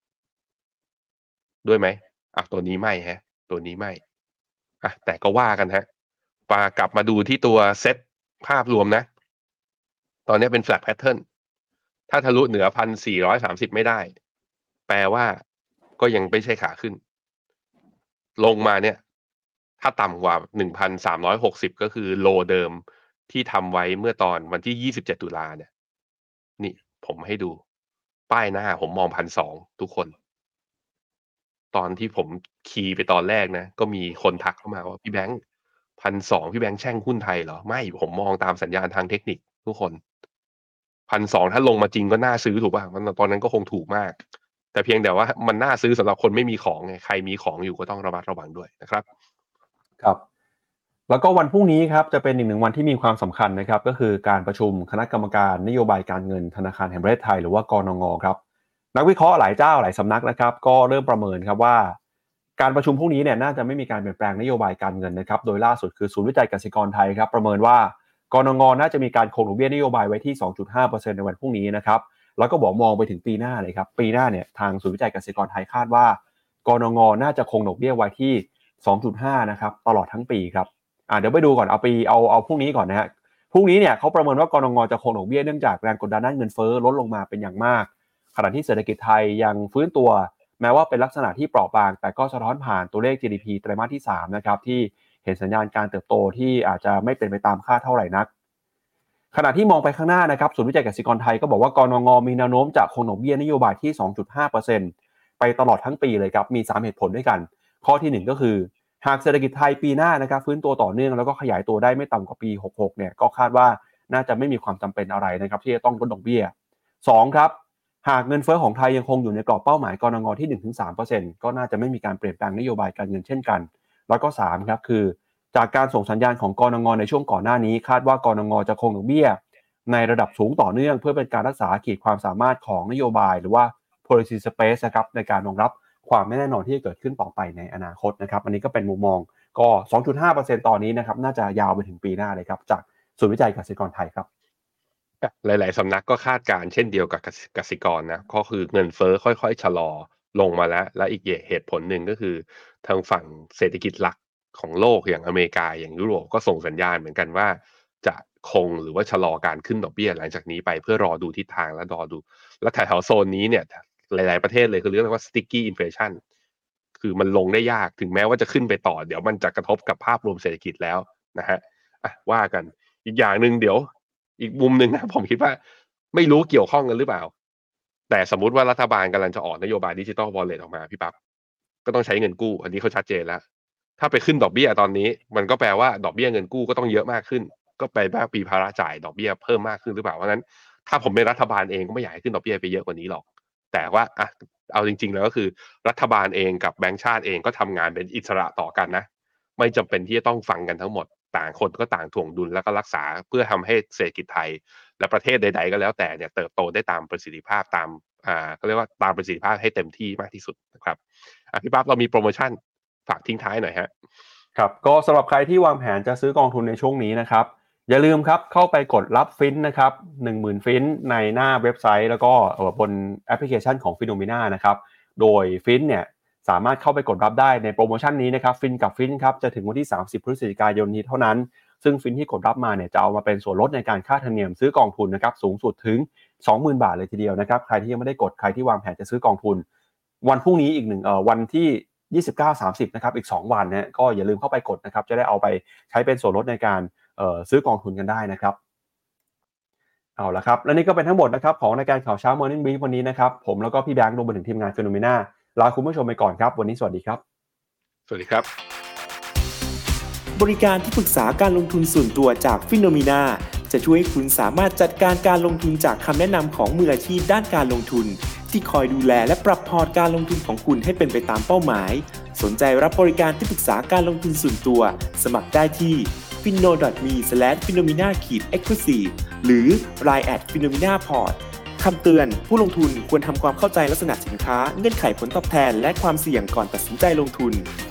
ด้วยไหมอ่ะตัวนี้ไม่ฮะตัวนี้ไม่อ่ะแต่ก็ว่ากันฮะปากลับมาดูที่ตัวเซ็ตภาพรวมนะตอนนี้เป็น flat pattern ถ้าทะลุเหนือ หนึ่งพันสี่ร้อยสามสิบ ไม่ได้แปลว่าก็ยังไม่ใช่ขาขึ้นลงมาเนี่ยถ้าต่ำกว่า หนึ่งพันสามร้อยหกสิบ ก็คือโลเดิมที่ทำไว้เมื่อตอนวันที่ยี่สิบเจ็ดตุลาเนี่ยนี่ผมให้ดูป้ายหน้าผมมอง หนึ่งพันสองร้อย ทุกคนตอนที่ผมคีย์ไปตอนแรกนะก็มีคนทักเข้ามาว่าพี่แบงค์ หนึ่งพันสองร้อย พี่แบงค์แช่งหุ้นไทยเหรอไม่ผมมองตามสัญญาณทางเทคนิคทุกคน หนึ่งพันสองร้อย ถ้าลงมาจริงก็น่าซื้อถูกป่ะมันตอนนั้นก็คงถูกมากแต่เพียงแต่ว่ามันน่าซื้อสำหรับคนไม่มีของไงใครมีของอยู่ก็ต้องระมัดระวังด้วยนะครับครับแล้วก็วันพรุ่งนี้ครับจะเป็นอีกหนึ่งวันที่มีความสำคัญนะครับก็คือการประชุมคณะกรรมการนโยบายการเงินธนาคารแห่งประเทศไทยหรือว่ากนงครับนักวิเคราะห์หลายเจ้าหลายสำนักนะครับก็เริ่มประเมินครับว่าการประชุมพรุ่งนี้เนี่ยน่าจะไม่มีการเปลี่ยนแปลงนโยบายการเงินนะครับโดยล่าสุดคือศูนย์วิจัยกสิกรไทยครับประเมินว่ากนงน่าจะมีการคงดอกเบี้ยนโยบายไว้ที่ สองจุดห้าเปอร์เซ็นต์ ในวันพรุ่งนี้นะครับแล้วก็บอกมองไปถึงปีหน้าเลยครับปีหน้าเนี่ยทางศูนย์วิจัยกสิกรไทยคาดว่ากนงน่าจะคงดอกเบี้ยไว้ที่ สองจุดห้า นะครับตลอดทั้งปีครับอ่าเดี๋ยวไปดูก่อนเอาปีเอาเอาพรุ่งนี้ก่อนนะฮะพรุ่งนี้เนี่ยเขาประเมินว่ากนงจะคงดอกเบี้ยเนื่องจากแรงกดดันด้านเงินเฟ้อลดลงมาเป็นอย่างมากขณะที่เศรษฐกิจไทยยังฟื้นตัวแม้ว่าเป็นลักษณะที่เปราะบางแต่ก็สะท้อนผ่านตัวเลข จี ดี พี ไตรมาสที่สามนะครับที่เห็นสัญญาณการเติบโตที่อาจจะไม่เป็นไปตามคาดเท่าไหร่นักขณะที่มองไปข้างหน้านะครับศูนย์วิจัยกสิกรไทยก็บอกว่ากนงมีแนวโน้มจะคงดอกเบี้ยนโยบายที่ สองจุดห้าเปอร์เซ็นต์ ไปตลอดทั้งปีเลยครับมีสามเหตุผลด้วยกันข้อที่หนึ่งก็คือหากเศรษฐกิจไทยปีหน้านะครับฟื้นตัวต่อเนื่องแล้วก็ขยายตัวได้ไม่ต่ำกว่าปีหกสิบหกเนี่ยก็คาดว่าน่าจะไม่มีความจำเป็นอะไรนะครับที่จะต้องลดดอกเบี้ยสองครับหากเงินเฟ้อของไทยยังคงอยู่ในกรอบเป้าหมายกนงที่ หนึ่งถึงสามเปอร์เซ็นต์ ก็น่าจะไม่มีการเปลี่ยนแปลงนโยบายการเงินเช่นกันแล้วก็สามครับคือจากการส่งสัญญาณของกนงในช่วงก่อนหน้านี้คาดว่ากนงจะคงดอกเบี้ยในระดับสูงต่อเนื่องเพื่อเป็นการรักษาขีดความสามารถของนโยบายหรือว่า policy space นะครับในการรองรับความไม่แน่นอนที่จะเกิดขึ้นต่อไปในอนาคตนะครับอันนี้ก็เป็นมุมมองก็ สองจุดห้าเปอร์เซ็นต์ ตอนนี้นะครับน่าจะยาวไปถึงปีหน้าเลยครับจากศูนย์วิจัยกสิกรไทยครับหลายๆสำนักก็คาดการณ์เช่นเดียวกับกสิกรนะก็คือเงินเฟ้อค่อยๆชะลอลงมาแล้วและอีกเหตุผลหนึ่งก็คือทางฝั่งเศรษฐกิจหลักของโลกอย่างอเมริกาอย่างยุโรปก็ส่งสัญญาณเหมือนกันว่าจะคงหรือว่าชะลอการขึ้นดอกเบี้ยหลังจากนี้ไปเพื่อรอดูทิศทางและรอดูและแถวๆโซนนี้เนี่ยหลายๆประเทศเลยคือเรียกว่า sticky inflation คืคือมันลงได้ยากถึงแม้ว่าจะขึ้นไปต่อเดี๋ยวมันจะกระทบกับภาพรวมเศรษฐกิจแล้วนะฮะอ่ะว่ากันอีกอย่างนึงเดี๋ยวอีกมุมนึงนะผมคิดว่าไม่รู้เกี่ยวข้องกันหรือเปล่าแต่สมมุติว่ารัฐบาลกำลังจะออกนโยบาย Digital Wallet ออกมาพี่ปั๊บก็ต้องใช้เงินกู้อันนี้เขาชัดเจนแล้วถ้าไปขึ้นดอกเบี้ยตอนนี้มันก็แปลว่าดอกเบี้ยเงินกู้ก็ต้องเยอะมากขึ้นก็ไปบ้าปีภาระจ่ายดอกเบี้ยเพิ่มมากขึ้นหรือเปล่าเพราะงั้นถ้าผมเป็นรัฐบาลเองก็ไม่อยากให้ขึ้นดอกเบี้ยไปเยอะกว่านี้หรอกแต่ว่าอ่ะเอาจริงๆแล้วก็คือรัฐบาลเองกับแบงก์ชาติเองก็ทำงานเป็นอิสระต่อกันนะไม่จำเป็นที่จะต้องฟังกันทั้งหมดต่างคนก็ต่างถ่วงดุลแล้วก็รักษาเพื่อทำให้เศรษฐกิจไทยและประเทศใดๆก็แล้วแต่เนี่ยเติบโตได้ตามประสิทธิภาพตามอ่าก็เรียกว่าตามประสิทธิภาพให้เต็มที่มากที่สุดนะครับอ่ะพี่ปั๊บเรามีโปรโมชั่นฝากทิ้งท้ายหน่อยฮะครับก็สำหรับใครที่วางแผนจะซื้อกองทุนในช่วงนี้นะครับอย่าลืมครับเข้าไปกดรับฟินนะครับ หนึ่งหมื่น ฟินในหน้าเว็บไซต์แล้วก็บนแอปพลิเคชันของ Phenomena นะครับโดยฟินเนี่ยสามารถเข้าไปกดรับได้ในโปรโมชั่นนี้นะครับฟินกับฟินครับจะถึงวันที่สามสิบพฤศจิกายนนี้เท่านั้นซึ่งฟินที่กดรับมาเนี่ยจะเอามาเป็นส่วนลดในการค่าธรรมเนียมซื้อกองทุนนะครับสูงสุดถึง สองหมื่น บาทเลยทีเดียวนะครับใครที่ยังไม่ได้กดใครที่วางแผนจะซื้อกองทุนวันพรุ่งนี้อีกหนึ่งเอ่อวันที่ยี่สิบเก้า สามสิบนะครับอีกสองวันนะก็อย่าลืมเข้าไปกดนะครับจะได้เอาไปใช้เป็นส่วนลดในการเอ่อซื้อกองทุนกันได้นะครับเอาละครับและนี่ก็เป็นทั้งหมดนะครับของรายการข่าวเช้า Morning Brief วันนี้นะครับผมแล้วก็พี่แบงค์รวมไปถึงทีมงาน Phenomena ลาคุณผู้ชมไปก่อนครับวันนี้สวัสดีครับสวัสดีครับบริการที่ปรึกษาการลงทุนส่วนตัวจาก Phenomena จะช่วยให้คุณสามารถจัดการการลงทุนจากคำแนะนำของมืออาชีพด้านการลงทุนที่คอยดูแลและปรับพอร์ตการลงทุนของคุณให้เป็นไปตามเป้าหมายสนใจรับบริการที่ปรึกษาการลงทุนส่วนตัวสมัครได้ที่ ฟินโน ดอท มี สแลช ฟีโนมีนา เอ็กซ์คลูซีฟ หรือ ไลน์ แอท ฟีโนมีนาพอร์ต คำเตือนผู้ลงทุนควรทำความเข้าใจลักษณะสินค้าเงื่อนไขผลตอบแทนและความเสี่ยงก่อนตัดสินใจลงทุน